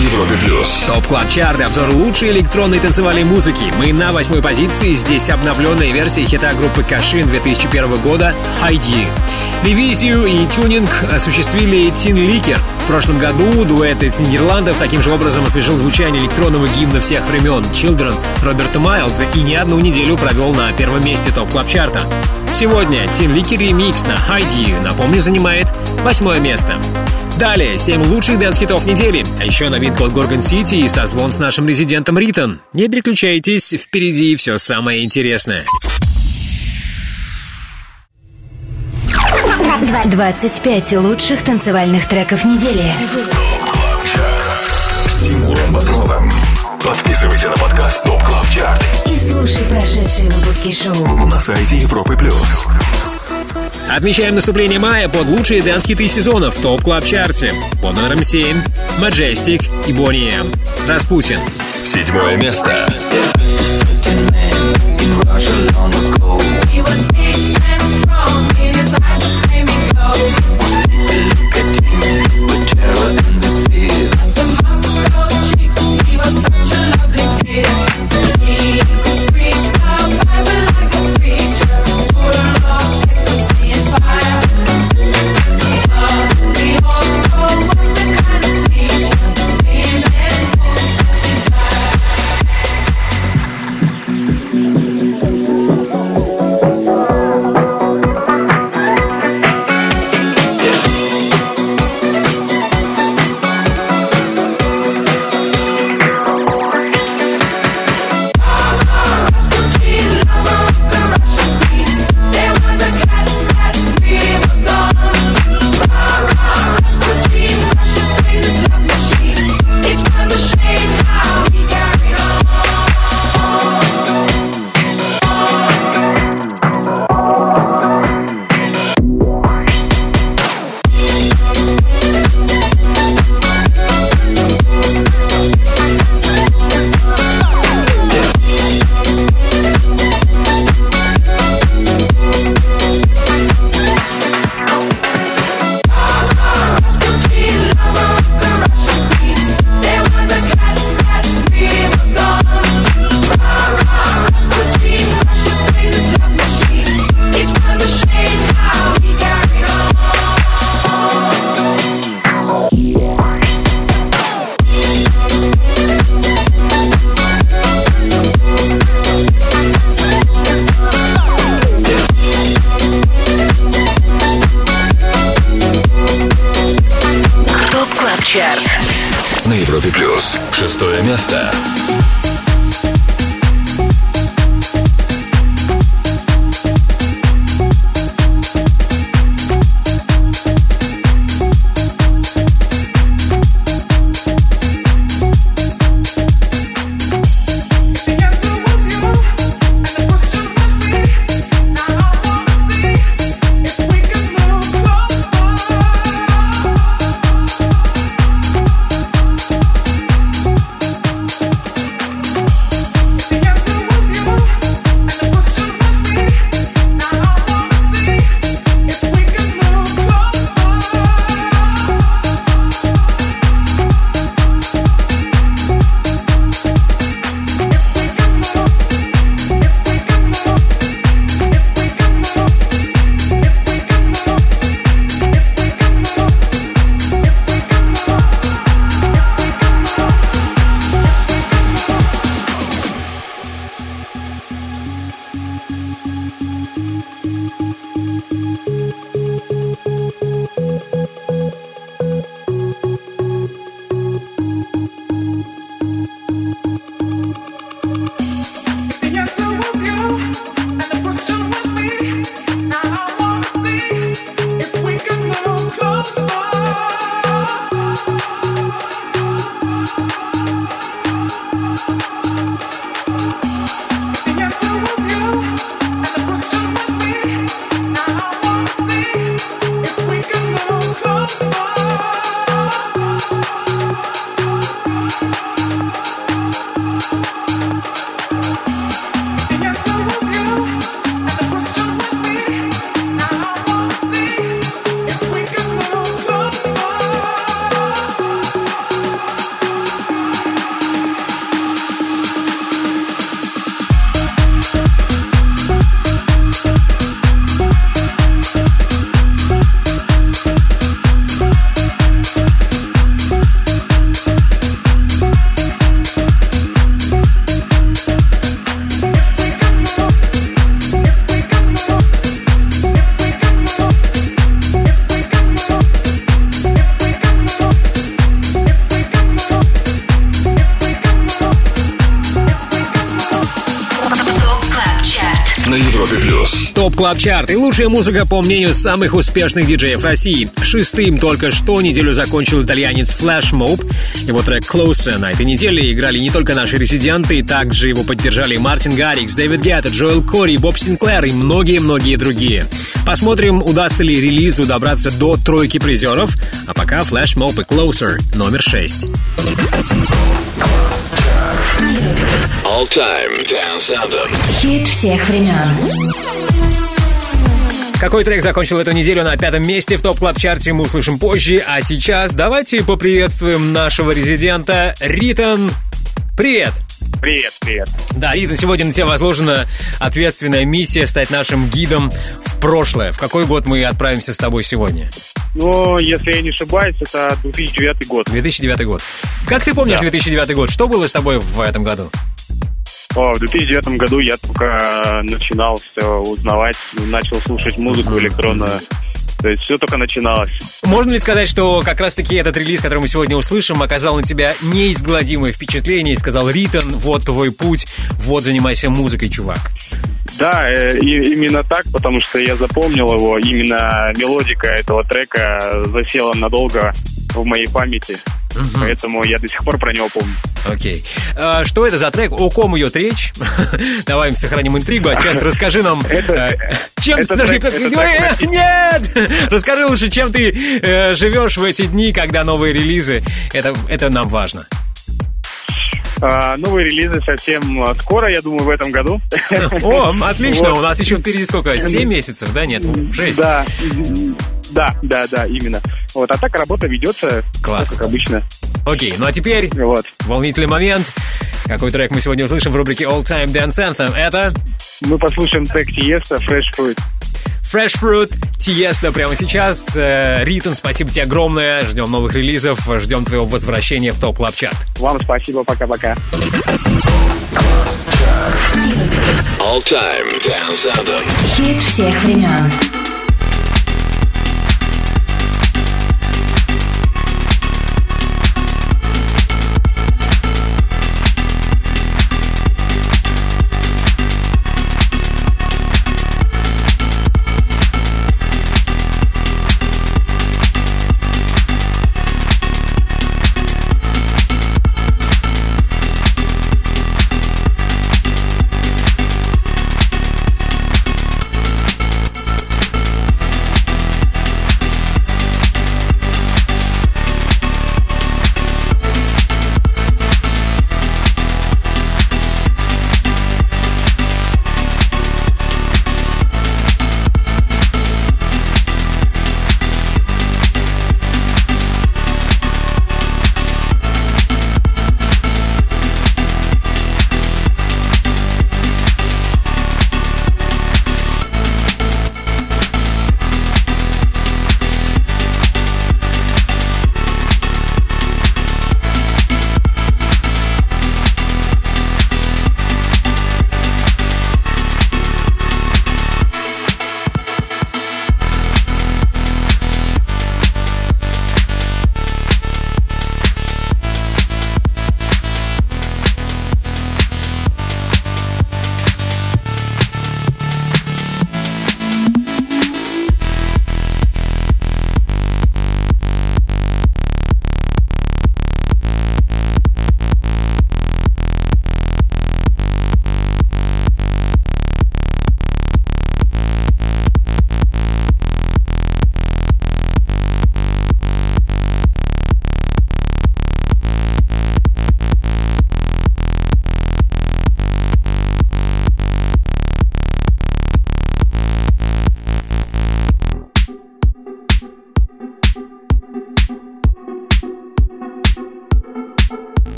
Европе плюс. ТОП Клаб Чарт, обзор лучшей электронной танцевальной музыки. Мы на 8-й позиции. Здесь обновленная версия хита группы Кашин 2001 года «Хайди». Ревизию и тюнинг осуществили Тин Ликер. В прошлом году дуэт из Нидерландов таким же образом освежил звучание электронного гимна всех времен «Children» Роберта Майлза и не одну неделю провел на первом месте ТОП Клаб Чарта. Сегодня Тин Ликер ремикс на «Хайди», напомню, занимает 8-е место. Далее 7 лучших дэнс-хитов недели, а еще новинка от Gorgon City и созвон с нашим резидентом Ритон. Не переключайтесь, впереди все самое интересное. 25 лучших танцевальных треков недели. С Тимуром Бодровым. Подписывайся на подкаст ТОП Клаб Чарт И слушай прошедшие выпуски шоу на сайте Европы плюс. Отмечаем наступление мая под лучшие дэнс-хиты сезона в ТОП Клаб Чарте. Под номером 7 Majestic и Boney M. Распутин. 7-е место. На Европе плюс 6-е место. Клаб Чарт и лучшая музыка по мнению самых успешных диджеев России. 6-м только что неделю закончил итальянец Flash Mob. Его трек Closer на этой неделе играли не только наши резиденты, также его поддержали Мартин Гаррикс, Дэвид Гетта, Джоэл Кори, Боб Синклер и многие-многие другие. Посмотрим, удастся ли релизу добраться до тройки призеров. А пока Flash Mob и Closer номер 6. All Time Dance Anthem. Хит всех времен. Какой трек закончил эту неделю на 5-м месте в топ-клаб-чарте, мы услышим позже. А сейчас давайте поприветствуем нашего резидента Ритон. Привет! Привет. Да, Ритон, сегодня на тебя возложена ответственная миссия стать нашим гидом в прошлое. В какой год мы отправимся с тобой сегодня? Ну, если я не ошибаюсь, это 2009 год. 2009 год. Как ты помнишь 2009 год? Что было с тобой в этом году? В 2009 году я только начинал все узнавать, начал слушать музыку электронную. То есть все только начиналось. Можно ли сказать, что как раз-таки этот релиз, который мы сегодня услышим, оказал на тебя неизгладимое впечатление и сказал: Ритон, вот твой путь, вот занимайся музыкой, чувак? Да, именно так, потому что я запомнил его, именно мелодика этого трека засела надолго в моей памяти. Поэтому я до сих пор про него помню. Окей. Что это за трек? О ком идет речь? Давай сохраним интригу. А сейчас расскажи нам... Чем... Нет! Расскажи лучше, чем ты живешь в эти дни, когда новые релизы. Это нам важно. Новые релизы совсем скоро, я думаю, в этом году. О, отлично. У нас еще впереди сколько? 7 месяцев, да? Нет, 6. Да, именно. Вот, а так работа ведется, как обычно. Окей, ну а теперь волнительный момент. Какой трек мы сегодня услышим в рубрике All Time Dance Anthem? Это... Мы послушаем трек Тиеста «Fresh Fruit». Fresh Fruit, Тиеста прямо сейчас. Ритон, спасибо тебе огромное. Ждем новых релизов, ждем твоего возвращения в ТОП Клаб Чарт. Вам спасибо, пока-пока. All Time Dance Anthem. Хит всех времен.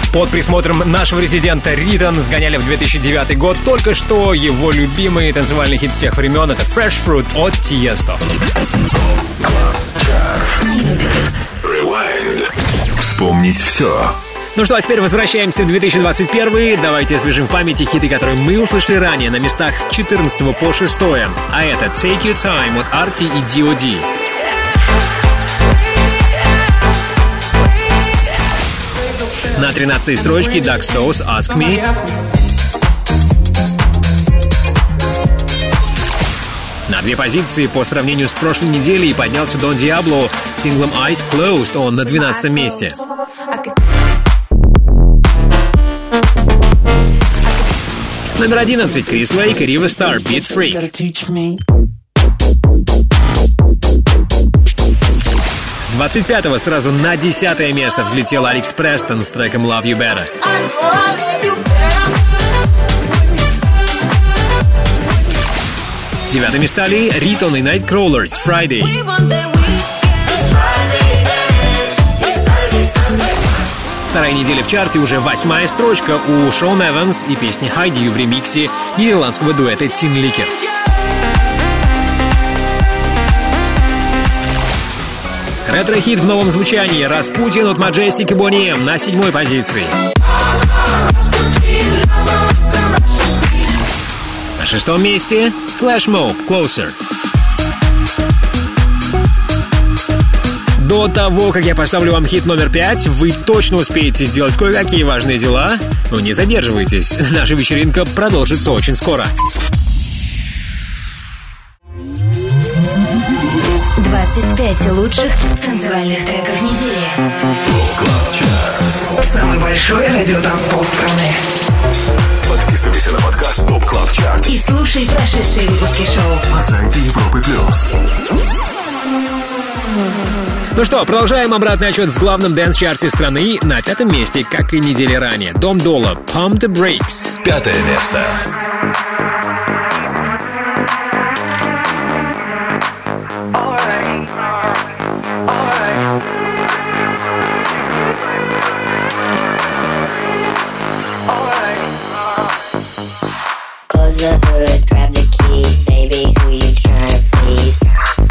Под присмотром нашего резидента Ритон сгоняли в 2009 год только что его любимый танцевальный хит всех времен — это Fresh Fruit от Tiesto. Вспомнить все. Ну что, а теперь возвращаемся в 2021. Давайте освежим в памяти хиты, которые мы услышали ранее на местах с 14 по 6. А это Take Your Time от Arty и D.O.D. На 13-й строчке Duck Sauce Ask Me. На 2 позиции по сравнению с прошлой неделей поднялся Don Diablo с синглом Eyes Closed, он на 12-м месте. Номер 11 Крис Лейк и Рива Стар Beat Freak. С 25-го сразу на 10-е место взлетел Алекс Престон с треком Love You Better. Девятыми стали Ритон и Nightcrawlers Friday. Вторая неделя в чарте, уже 8-я строчка у Шон Эванс и песни Hide You в ремиксе ирландского дуэта Tin Licker. Ретро-хит в новом звучании Распутин от Majestic и Boney M на 7-й позиции. На 6-м месте Flash Mob Closer. До того, как я поставлю вам хит номер 5, вы точно успеете сделать кое-какие важные дела. Но не задерживайтесь, наша вечеринка продолжится очень скоро. 25 лучших танцевальных треков недели. Самый большой радиотанцпол страны. Подписывайся на подкаст Top Club Chart И слушай прошедшие выпуски шоу на сайте Европы Плюс. Ну что, продолжаем обратный отчет в главном дэнс-чарте страны. На 5-м месте, как и недели ранее, Дом Дола Pump the Brakes. 5-е место. Close the hood, grab the keys, baby, who you tryna please?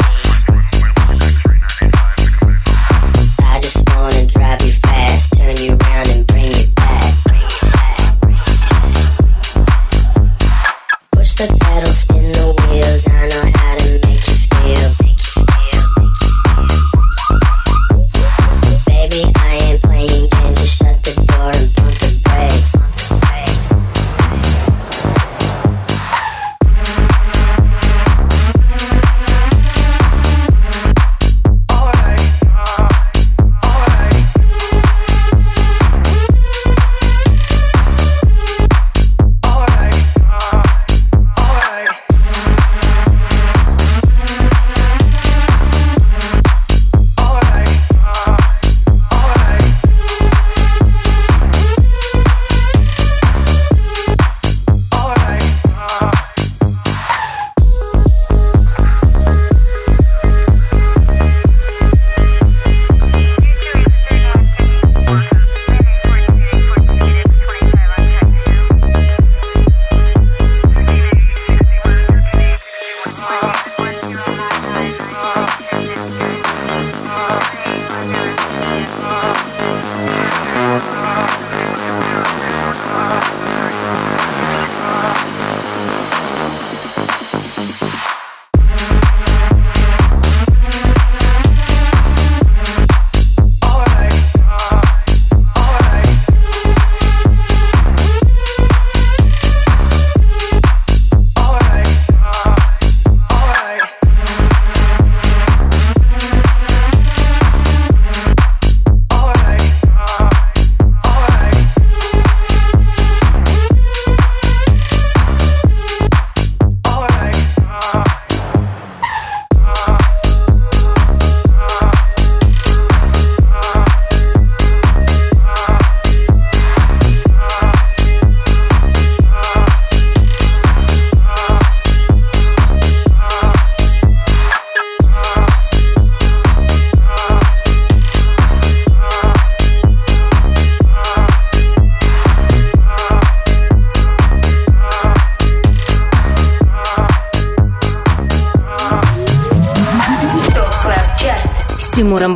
I just wanna drive you fast, turn you around and bring you back. Push the pedal, spin the wheels, I know how to make you feel. Baby, I ain't playing games, just shut the door and pump the brakes.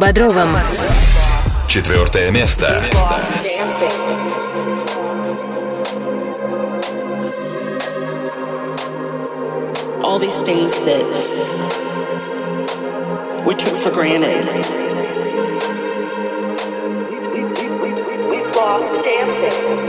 Бодровым. 4 место. All these things that we took for granted. We've lost dancing.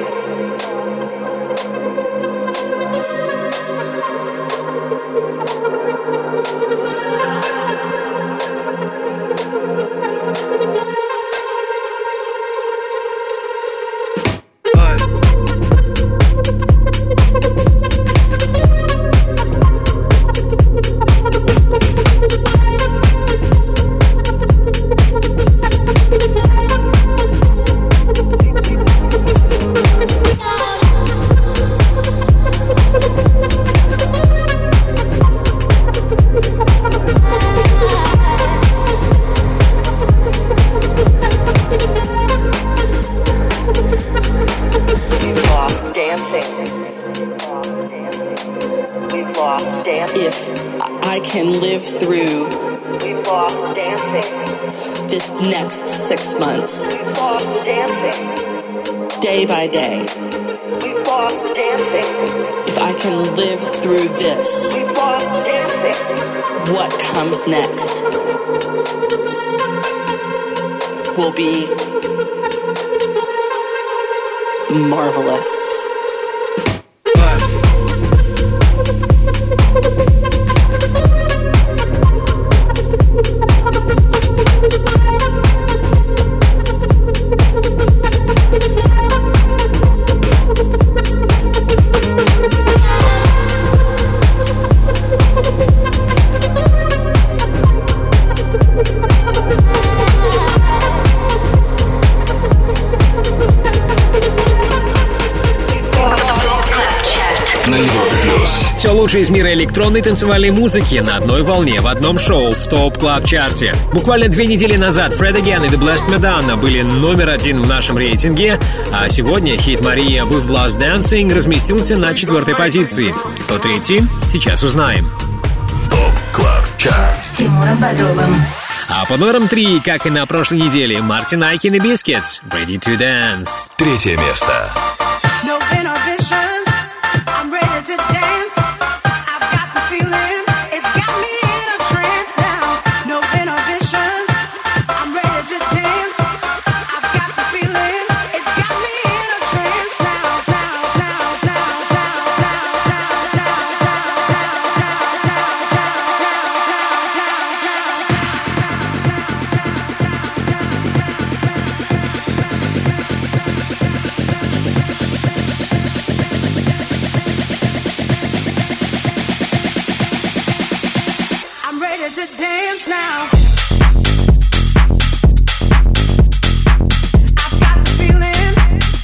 Next 6 months. We've lost dancing. Day by day. We've lost dancing. If I can live through this. We've lost dancing. What comes next will be marvelous. Все лучшее из мира электронной танцевальной музыки на одной волне в одном шоу в ТОП Клаб Чарте. Буквально 2 недели назад Fred Again и The Blessed Madonna были номер 1 в нашем рейтинге, а сегодня хит Мария With Blast Dancing разместился на 4-й позиции. Кто третий? Сейчас узнаем. ТОП Клаб Чарт с Тимуром Бодровым. А по номерам 3, как и на прошлой неделе, Мартин Айкин и Biscuits Ready to Dance. 3 место. No inhibitions, I'm ready to dance. I've got the feeling, it's got me in a trance now. No inhibitions, I'm ready to dance. I've got the feeling, it's got me in a trance now. To dance now. I've got the feeling.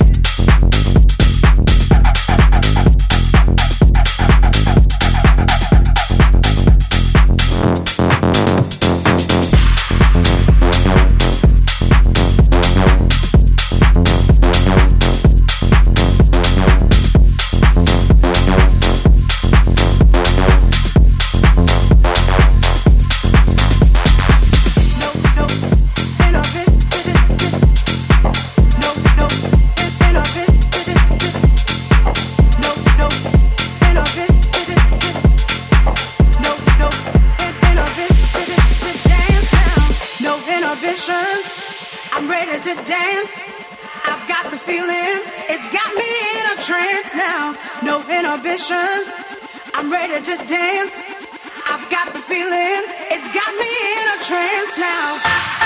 I'm ready to dance. I've got the feeling, it's got me in a trance now. No inhibitions, I'm ready to dance. I've got the feeling, it's got me in a trance now.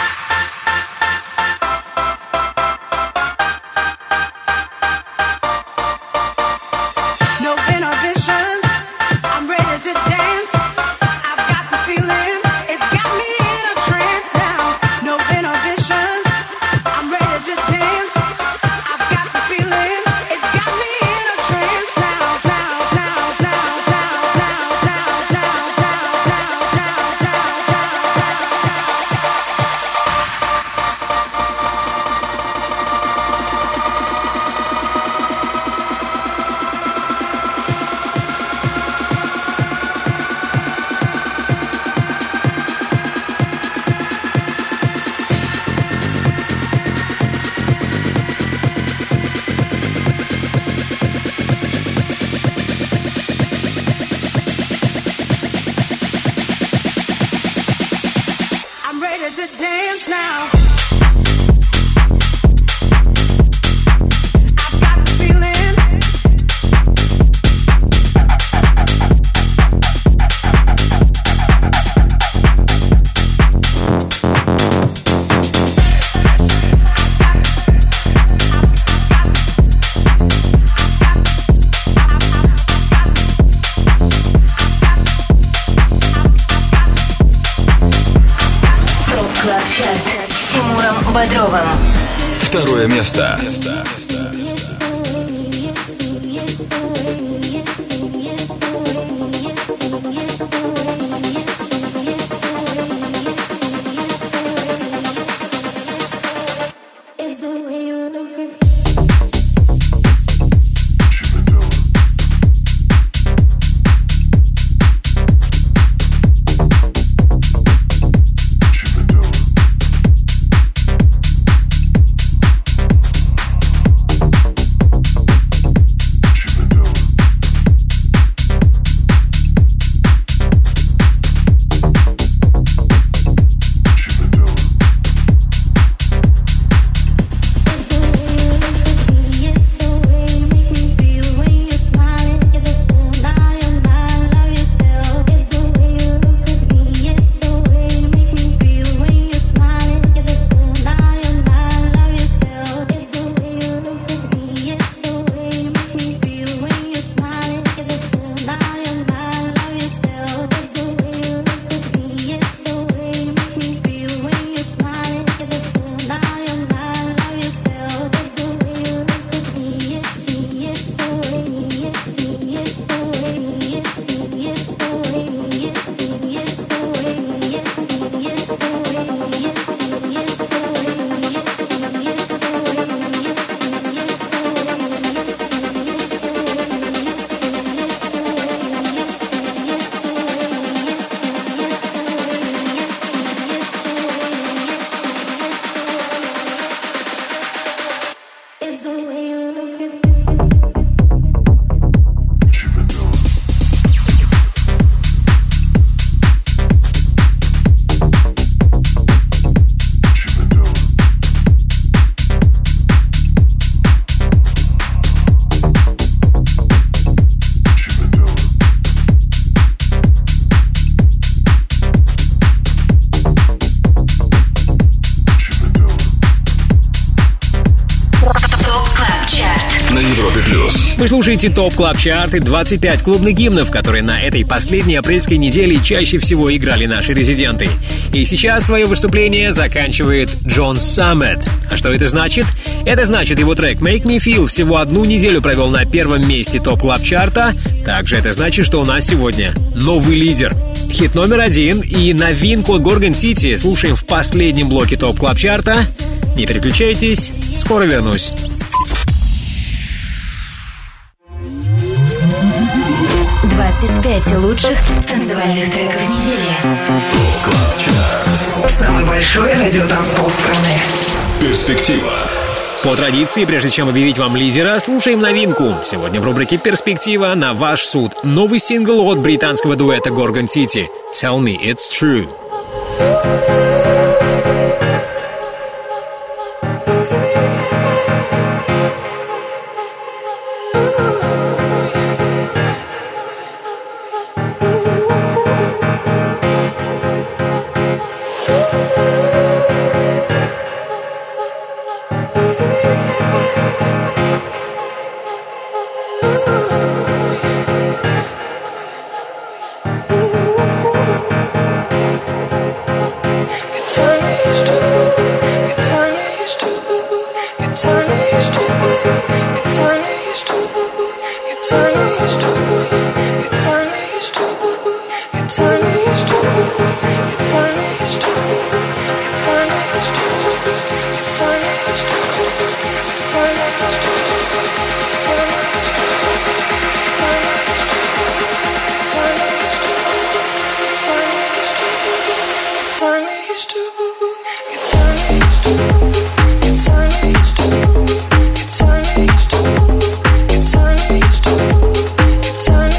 No inhibitions, I'm ready to dance. I've got the feeling, it's got me in a trance now. No inhibitions, I'm ready to dance. I've got the feeling, it's got me in a trance now. Второе место. Вы слушаете ТОП Клаб Чарт и 25 клубных гимнов, которые на этой последней апрельской неделе чаще всего играли наши резиденты. И сейчас свое выступление заканчивает Джон Саммет. А что это значит? Это значит, его трек «Make Me Feel» всего одну неделю провел на первом месте ТОП Клаб Чарта. Также это значит, что у нас сегодня новый лидер. Хит номер 1 и новинку от Gorgon City слушаем в последнем блоке ТОП Клаб Чарта. Не переключайтесь, скоро вернусь. 25 лучших танцевальных треков недели. Самый большой радиотанцпол страны. Перспектива. По традиции, прежде чем объявить вам лидера, слушаем новинку. Сегодня в рубрике «Перспектива» на ваш суд новый сингл от британского дуэта Gorgon City «Tell Me It's True». Turn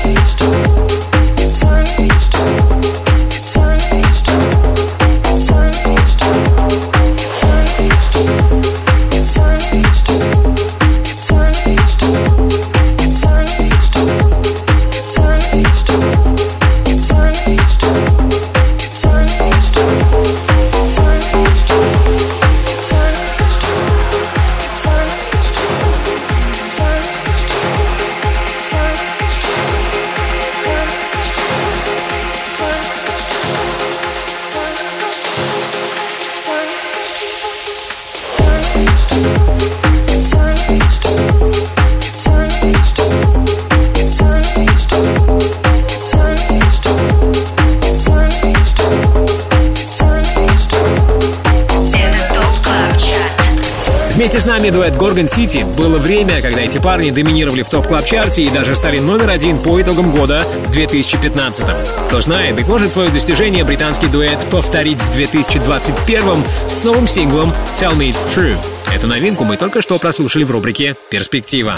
Вместе с нами дуэт Gorgon City. Было время, когда эти парни доминировали в топ-клаб-чарте и даже стали номер 1 по итогам года 2015. Кто знает, быть может, свое достижение британский дуэт повторит в 2021 с новым синглом Tell Me It's True. Эту новинку мы только что прослушали в рубрике «Перспектива».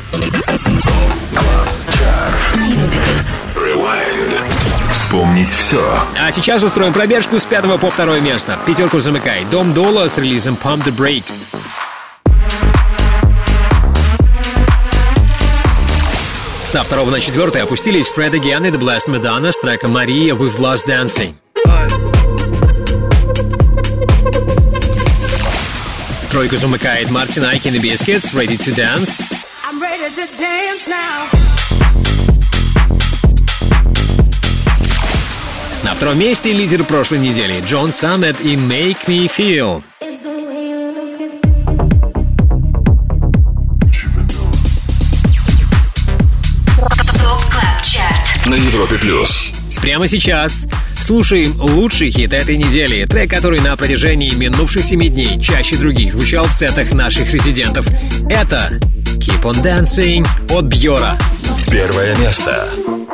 Вспомнить все. А сейчас устроим пробежку с 5 по 2 место. Пятерку замыкает Дом Дола с релизом Pump the Brakes. Со 2 на 4 опустились Fred Again и The Blessed Madonna с треком Maria with Blast Dancing. Тройку замыкает Мартин Айкин и Biscuits Ready to Dance. I'm ready to dance now. На 2 месте лидер прошлой недели Джон Саммет и Make Me Feel. На Европе Плюс. Прямо сейчас слушаем лучший хит этой недели. Трек, который на протяжении минувших 7 дней чаще других звучал в сетах наших резидентов. Это Keep on Dancing от Бьора. 1 место.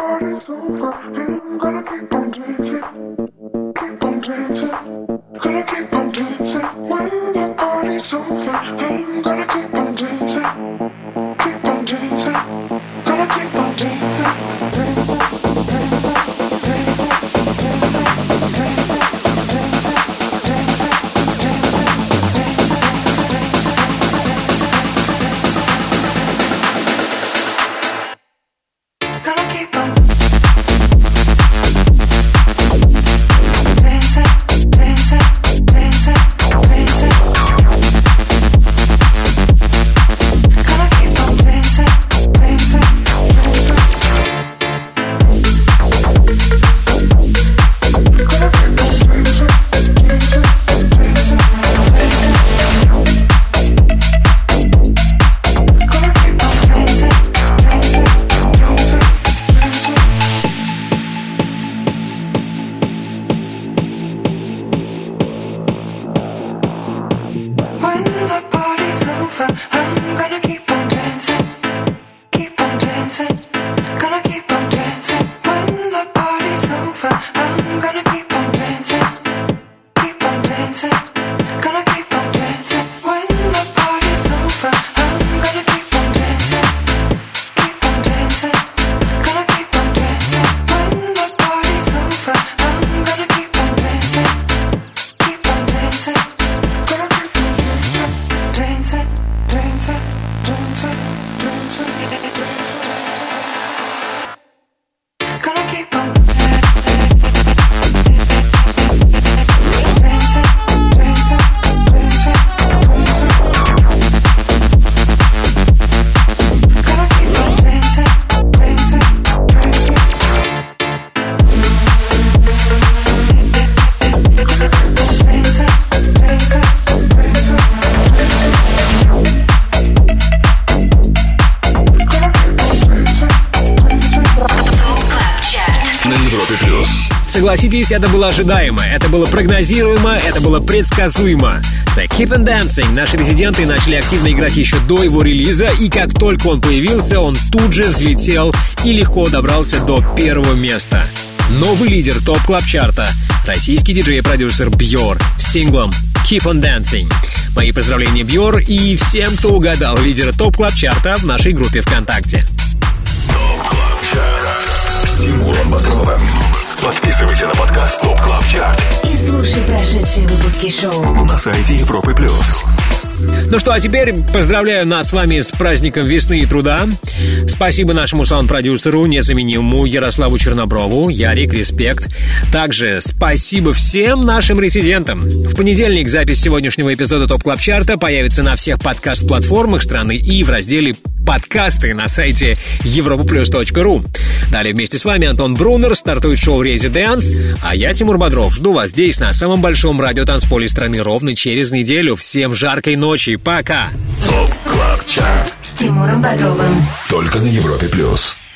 Согласитесь, это было ожидаемо, это было прогнозируемо, это было предсказуемо. The Keep on Dancing наши резиденты начали активно играть еще до его релиза, и как только он появился, он тут же взлетел и легко добрался до 1 места. Новый лидер топ-клаб-чарта — российский диджей и продюсер Бьор с синглом Keep on Dancing. Мои поздравления, Бьор, и всем, кто угадал лидера топ-клаб-чарта в нашей группе ВКонтакте. Топ-клаб-чарт с Тимуром Бодровым. Подписывайся на подкаст Топ Клаб Чарт и слушай прошедшие выпуски шоу на сайте Европы Плюс. Ну что, а теперь поздравляю нас с вами с праздником весны и труда. Спасибо нашему саунд-продюсеру, незаменимому Ярославу Черноброву. Ярик, респект. Также спасибо всем нашим резидентам. В понедельник запись сегодняшнего эпизода ТОП Клаб Чарта появится на всех подкаст-платформах страны и в разделе «Подкасты» на сайте europaplus.ru. Далее вместе с вами Антон Брунер, стартует шоу «Резиденс», а я, Тимур Бодров, жду вас здесь, на самом большом радиотанцполе страны, ровно через неделю. Всем жаркой ночи. Пока! ТОП Клаб Чарт с Тимуром Бодровым. Только на Европе Плюс.